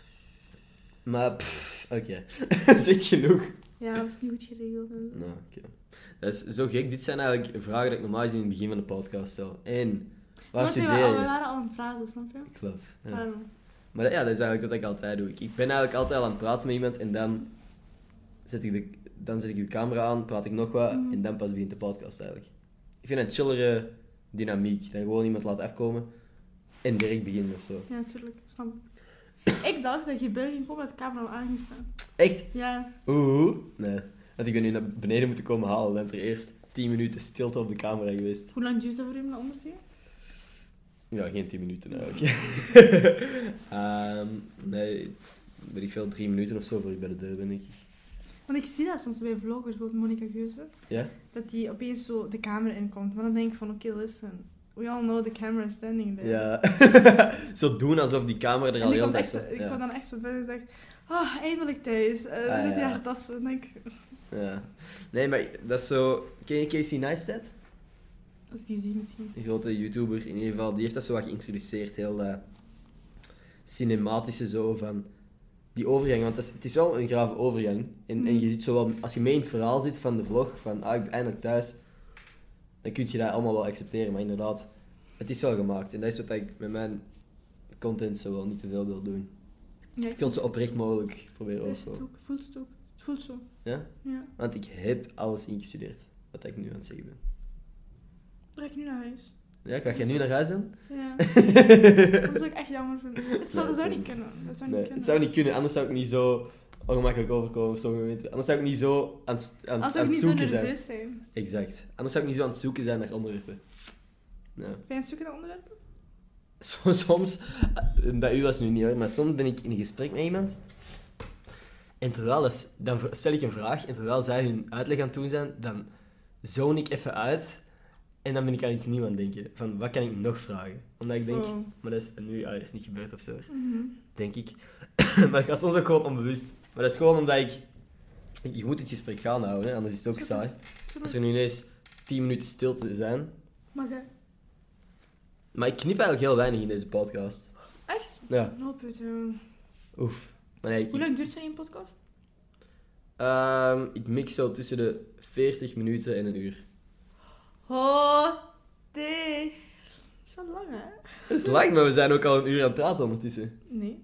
Maar, oké. Zeg genoeg. Ja, dat was niet goed geregeld. Nou, oké. Dat is zo gek. Dit zijn eigenlijk vragen die ik normaal gezien in het begin van de podcast stel. En, waar studeer je? We waren al aan het praten, snap je? Klopt. Ja. Daarom. Maar dat is eigenlijk wat ik altijd doe. Ik ben eigenlijk altijd al aan het praten met iemand en dan zet ik de camera aan, praat ik nog wat en dan pas begint de podcast eigenlijk. Ik vind een chillere dynamiek. Dan gewoon iemand laat afkomen en direct beginnen of zo. Ja, natuurlijk. Snap ik. Ik dacht dat je binnen ging komen met de camera al aangestaan. Echt? Ja. Oeh. Nee. Want ik ben nu naar beneden moeten komen halen. Dan heb er eerst 10 minuten stilte op de camera geweest. Hoe lang duurt dat voor u om naar onder te gaan? Ja, geen 10 minuten eigenlijk. Nee, weet ik veel, 3 minuten of zo voor ik bij de deur ben, denk ik. Want ik zie dat soms bij vloggers, bijvoorbeeld Monica Geuze. Ja? Dat die opeens zo de kamer inkomt. Maar dan denk ik van, oké, listen. We all know the camera is standing there. Ja. Zo doen alsof die camera er al heel tijd staat. Ik kwam dan echt zo binnen en zeg, eindelijk thuis. Dan zit hij haar tas en denk ik... Ja. Nee, maar dat is zo... Ken je Casey Neistat? Als die zie misschien. Een grote YouTuber in ieder geval. Die heeft dat zo wat geïntroduceerd. Heel cinematische zo van... Die overgang, want het is wel een grave overgang. En je ziet zo wel... Als je mee in het verhaal zit van de vlog, van ik ben eindelijk thuis, dan kun je dat allemaal wel accepteren. Maar inderdaad, het is wel gemaakt. En dat is wat ik met mijn content zo wel niet te veel wil doen. Ja, Ik wil het zo oprecht mogelijk proberen is het over. ook. Voelt het ook. Het voelt zo. Ja? Ja. Want ik heb alles ingestudeerd. Wat ik nu aan het zeggen ben. Dan ga ik nu naar huis. Ja, ga jij nu naar huis dan? Ja. Dat zou ik echt jammer vinden. Dat zou niet kunnen. Dat zou niet Nee, kunnen. het zou niet kunnen, anders zou ik niet zo ongemakkelijk overkomen op sommige momenten. Anders zou ik niet zo aan Als het ik niet zo zoeken zijn. nerveus zijn. Exact. Anders zou ik niet zo aan het zoeken zijn naar onderwerpen. Ja. Ben je aan het zoeken naar onderwerpen? Soms, bij u was het nu niet hoor, maar soms ben ik in een gesprek met iemand. En dan stel ik een vraag en terwijl zij hun uitleg aan het doen zijn, dan zone ik even uit. En dan ben ik aan iets nieuws aan het denken. Van, wat kan ik nog vragen? Omdat ik denk, Oh. maar dat is nu is niet gebeurd of zo, Mhm. denk ik. Maar het gaat soms ook gewoon onbewust. Maar dat is gewoon omdat je moet het gesprek gaan houden, hè, anders is het ook saai. Als er nu ineens 10 minuten stilte zijn. Mag jij? Maar ik knip eigenlijk heel weinig in deze podcast. Echt? Ja, Oh, putte. oef. Maar nee, Hoe lang duurt zo'n podcast? ik mix zo tussen de 40 minuten en een uur. Oh, dit is wel lang, hè? Dat is lang, maar we zijn ook al een uur aan het praten ondertussen. Nee.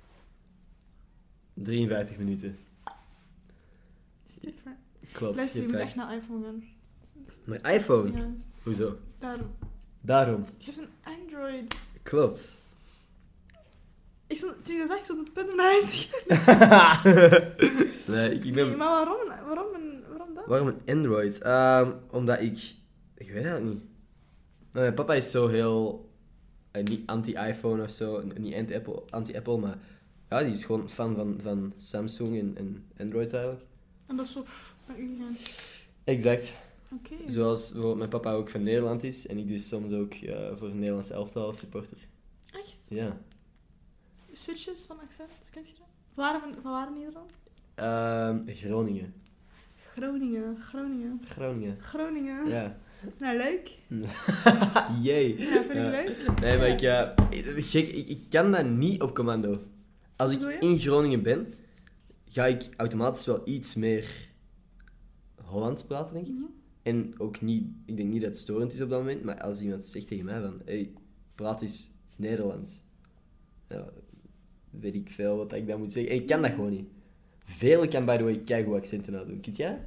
53 minuten. Is different. Klopt. Luister, je je moet hebt echt naar iPhone gaan. Mijn iPhone? Ja, Hoezo? daarom. Daarom. Je hebt een Android. Klopt. Toen je dat zegt, ik stond op het punt om naar huis te gaan. Nee, ik Nee, ben... maar waarom dat? Waarom een Android? Omdat ik... Ik weet het niet. Nou, mijn papa is zo heel... niet anti-iPhone of zo. Niet anti-Apple, maar... Ja, die is gewoon fan van Samsung en Android eigenlijk. En dat is zo naar u gaan. Exact. Oké. Zoals bijvoorbeeld mijn papa ook van Nederland is. En ik dus soms ook voor een Nederlandse elftal als supporter. Echt? Ja. Switches van accent, kent je dat? Van waar in Nederland? Groningen. Groningen. Ja. Nou, leuk. Jee. Ja, vind ik leuk. Nee, maar ik kan dat niet op commando. Als ik Wat doe je? in Groningen ben, ga ik automatisch wel iets meer Hollands praten, denk ik. Mhm. En ook niet, ik denk niet dat het storend is op dat moment, maar als iemand zegt tegen mij van, hey, praat eens Nederlands. Ja, weet ik veel wat ik dan moet zeggen. En ik kan dat gewoon niet. Velen kan, by the way, keigoed accenten nadoen. Kunt jij?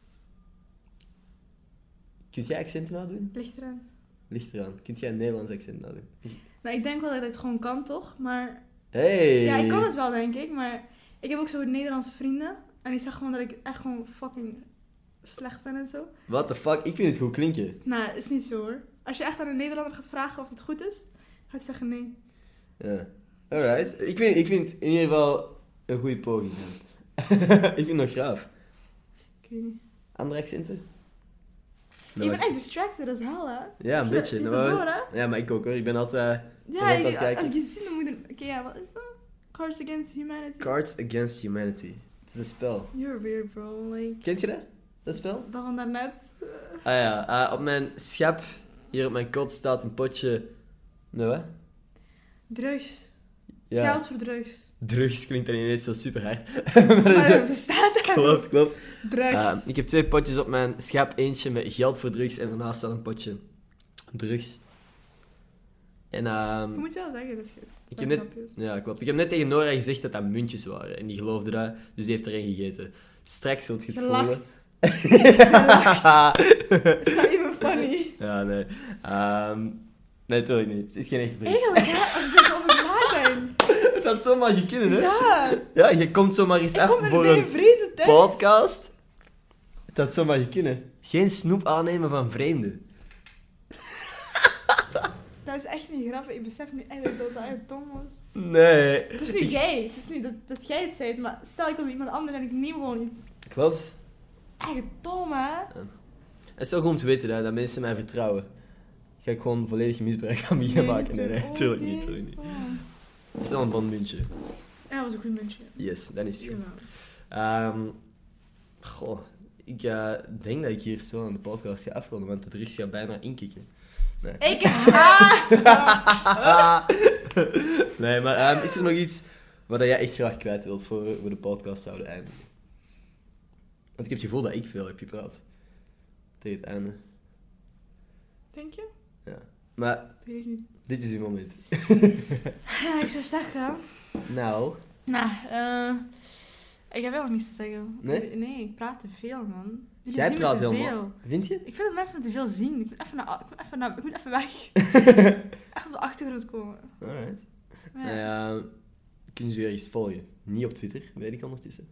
Kunt jij accenten nadoen? Ligt eraan. Ligt eraan. Kunt jij een Nederlands accent nadoen? Nou, ik denk wel dat ik het gewoon kan, toch? Maar... Hey! Ja, ik kan het wel, denk ik. Maar ik heb ook zo Nederlandse vrienden. En die zeggen gewoon dat ik echt gewoon fucking slecht ben en zo. What the fuck? Ik vind het goed klinken. Nou, is niet zo, hoor. Als je echt aan een Nederlander gaat vragen of het goed is, gaat hij zeggen nee. Ja. Alright. Ik vind in ieder geval een goede poging. Ik vind het nog graaf. Ik weet niet. Andere accenten? Ik ben echt distracted as hell, hè? Ja, een beetje. Je Nou, dat door, hè? ja, maar ik ook hoor. Ik ben altijd... Ja, altijd aan het kijken. als ik het zie, dan moet ik... Oké, ja, wat is dat? Cards Against Humanity. Cards Against Humanity. Het is een spel. You're weird, bro. Like, Kent je dat? Dat spel? dat van daarnet. Ah ja, op mijn schap, hier op mijn kot, staat een potje... Nee, wat? Drugs. Ja. Geld voor drugs. Drugs klinkt dan ineens zo super hard. Maar zo staat er. Klopt. Drugs. Ik heb 2 potjes op mijn schap. Eentje met geld voor drugs en daarnaast staat een potje drugs. En Je moet wel zeggen dat je... ik heb net, ja, klopt. Ik heb net tegen Nora gezegd dat dat muntjes waren. En die geloofde dat, dus die heeft er een gegeten. Straks zult je het Je voelen. lacht. Je lacht. Het is not even funny. Ja, nee. Nee, natuurlijk niet. Het is geen echte drugs. Eigenlijk, ja, als ik dit over nadenk. Het had zomaar je kunnen, hè? Ja. Ja, je komt zomaar eens Ik af kom er voor bij een een vrienden thuis. podcast. Het had zomaar je kunnen. Geen snoep aannemen van vreemden. Dat is echt niet grappig. Ik besef nu eigenlijk dat dat echt dom was. Nee. Het is nu jij. Het is niet dat jij het zei, maar stel ik op iemand anders en ik neem gewoon iets. Klopt. Echt dom, hè? Het is zo goed om te weten dat mensen mij vertrouwen. Ga ik gewoon volledig misbruik van beginnen maken? Nee, tuurlijk niet. Tuurlijk niet. Oh. Het is wel een bondmuntje. Ja, dat was een goed muntje. Yes, dat is goed. Ja. Goh, ik denk dat ik hier zo aan de podcast ga afronden, want de drugs gaat bijna inkikken. Nee. Ik haat... Nee, maar is er nog iets wat jij echt graag kwijt wilt voor we de podcast zouden eindigen? Want ik heb het gevoel dat ik veel heb gepraat. Tegen het einde. Denk je? Ja. Maar Weet ik niet. dit is uw moment. Ja, ik zou zeggen... Nou, Nou, ik heb wel niets te zeggen. Nee? Nee, ik praat te veel, man. Jullie Jij zien praat me te veel, veel. man. Vind je? Ik vind dat mensen me te veel zien. Ik moet even weg. Echt op de achtergrond komen. Alright. Ja. Kunnen ze weer eens volgen? Niet op Twitter, weet ik ondertussen.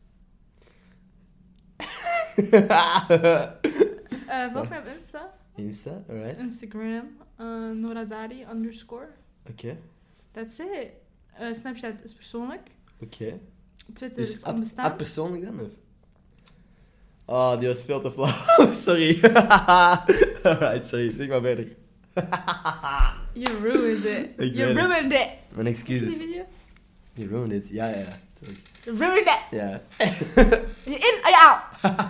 Volg mij op Insta. Insta, alright. Instagram. Noradari _ Oké. That's it. Snapchat is persoonlijk. Oké. Twitter Dus is onbestaan. persoonlijk dan, of? Oh, die was veel te flauw. Sorry. Alright, sorry. Zeg maar verder. You ruined it. Ik You weet het. ruined it. Mijn Zie excuses. die video? You ruined it. Ja. Sorry. You ruined it. Ja. In, ja.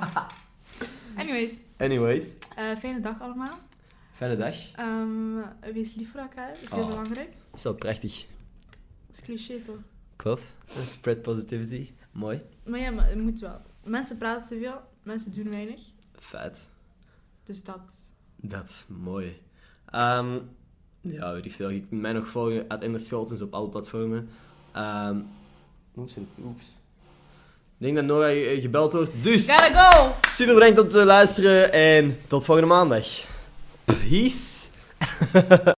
Anyways. Fijne dag allemaal. Fijne dag. Wees lief voor elkaar. Dat is heel belangrijk. Zo prachtig. Dat is cliché toch? Klopt. Spread positivity. Mooi. Maar ja, maar het moet wel. Mensen praten te veel, mensen doen weinig. Feit. Dus dat. Dat, mooi. Ja, weet ik veel. Je kunt mij nog volgen uit Ender Scholtens op alle platformen. Oeps. Ik denk dat Nora gebeld wordt. Dus, Gotta go! super bedankt om te luisteren en tot volgende maandag. Peace.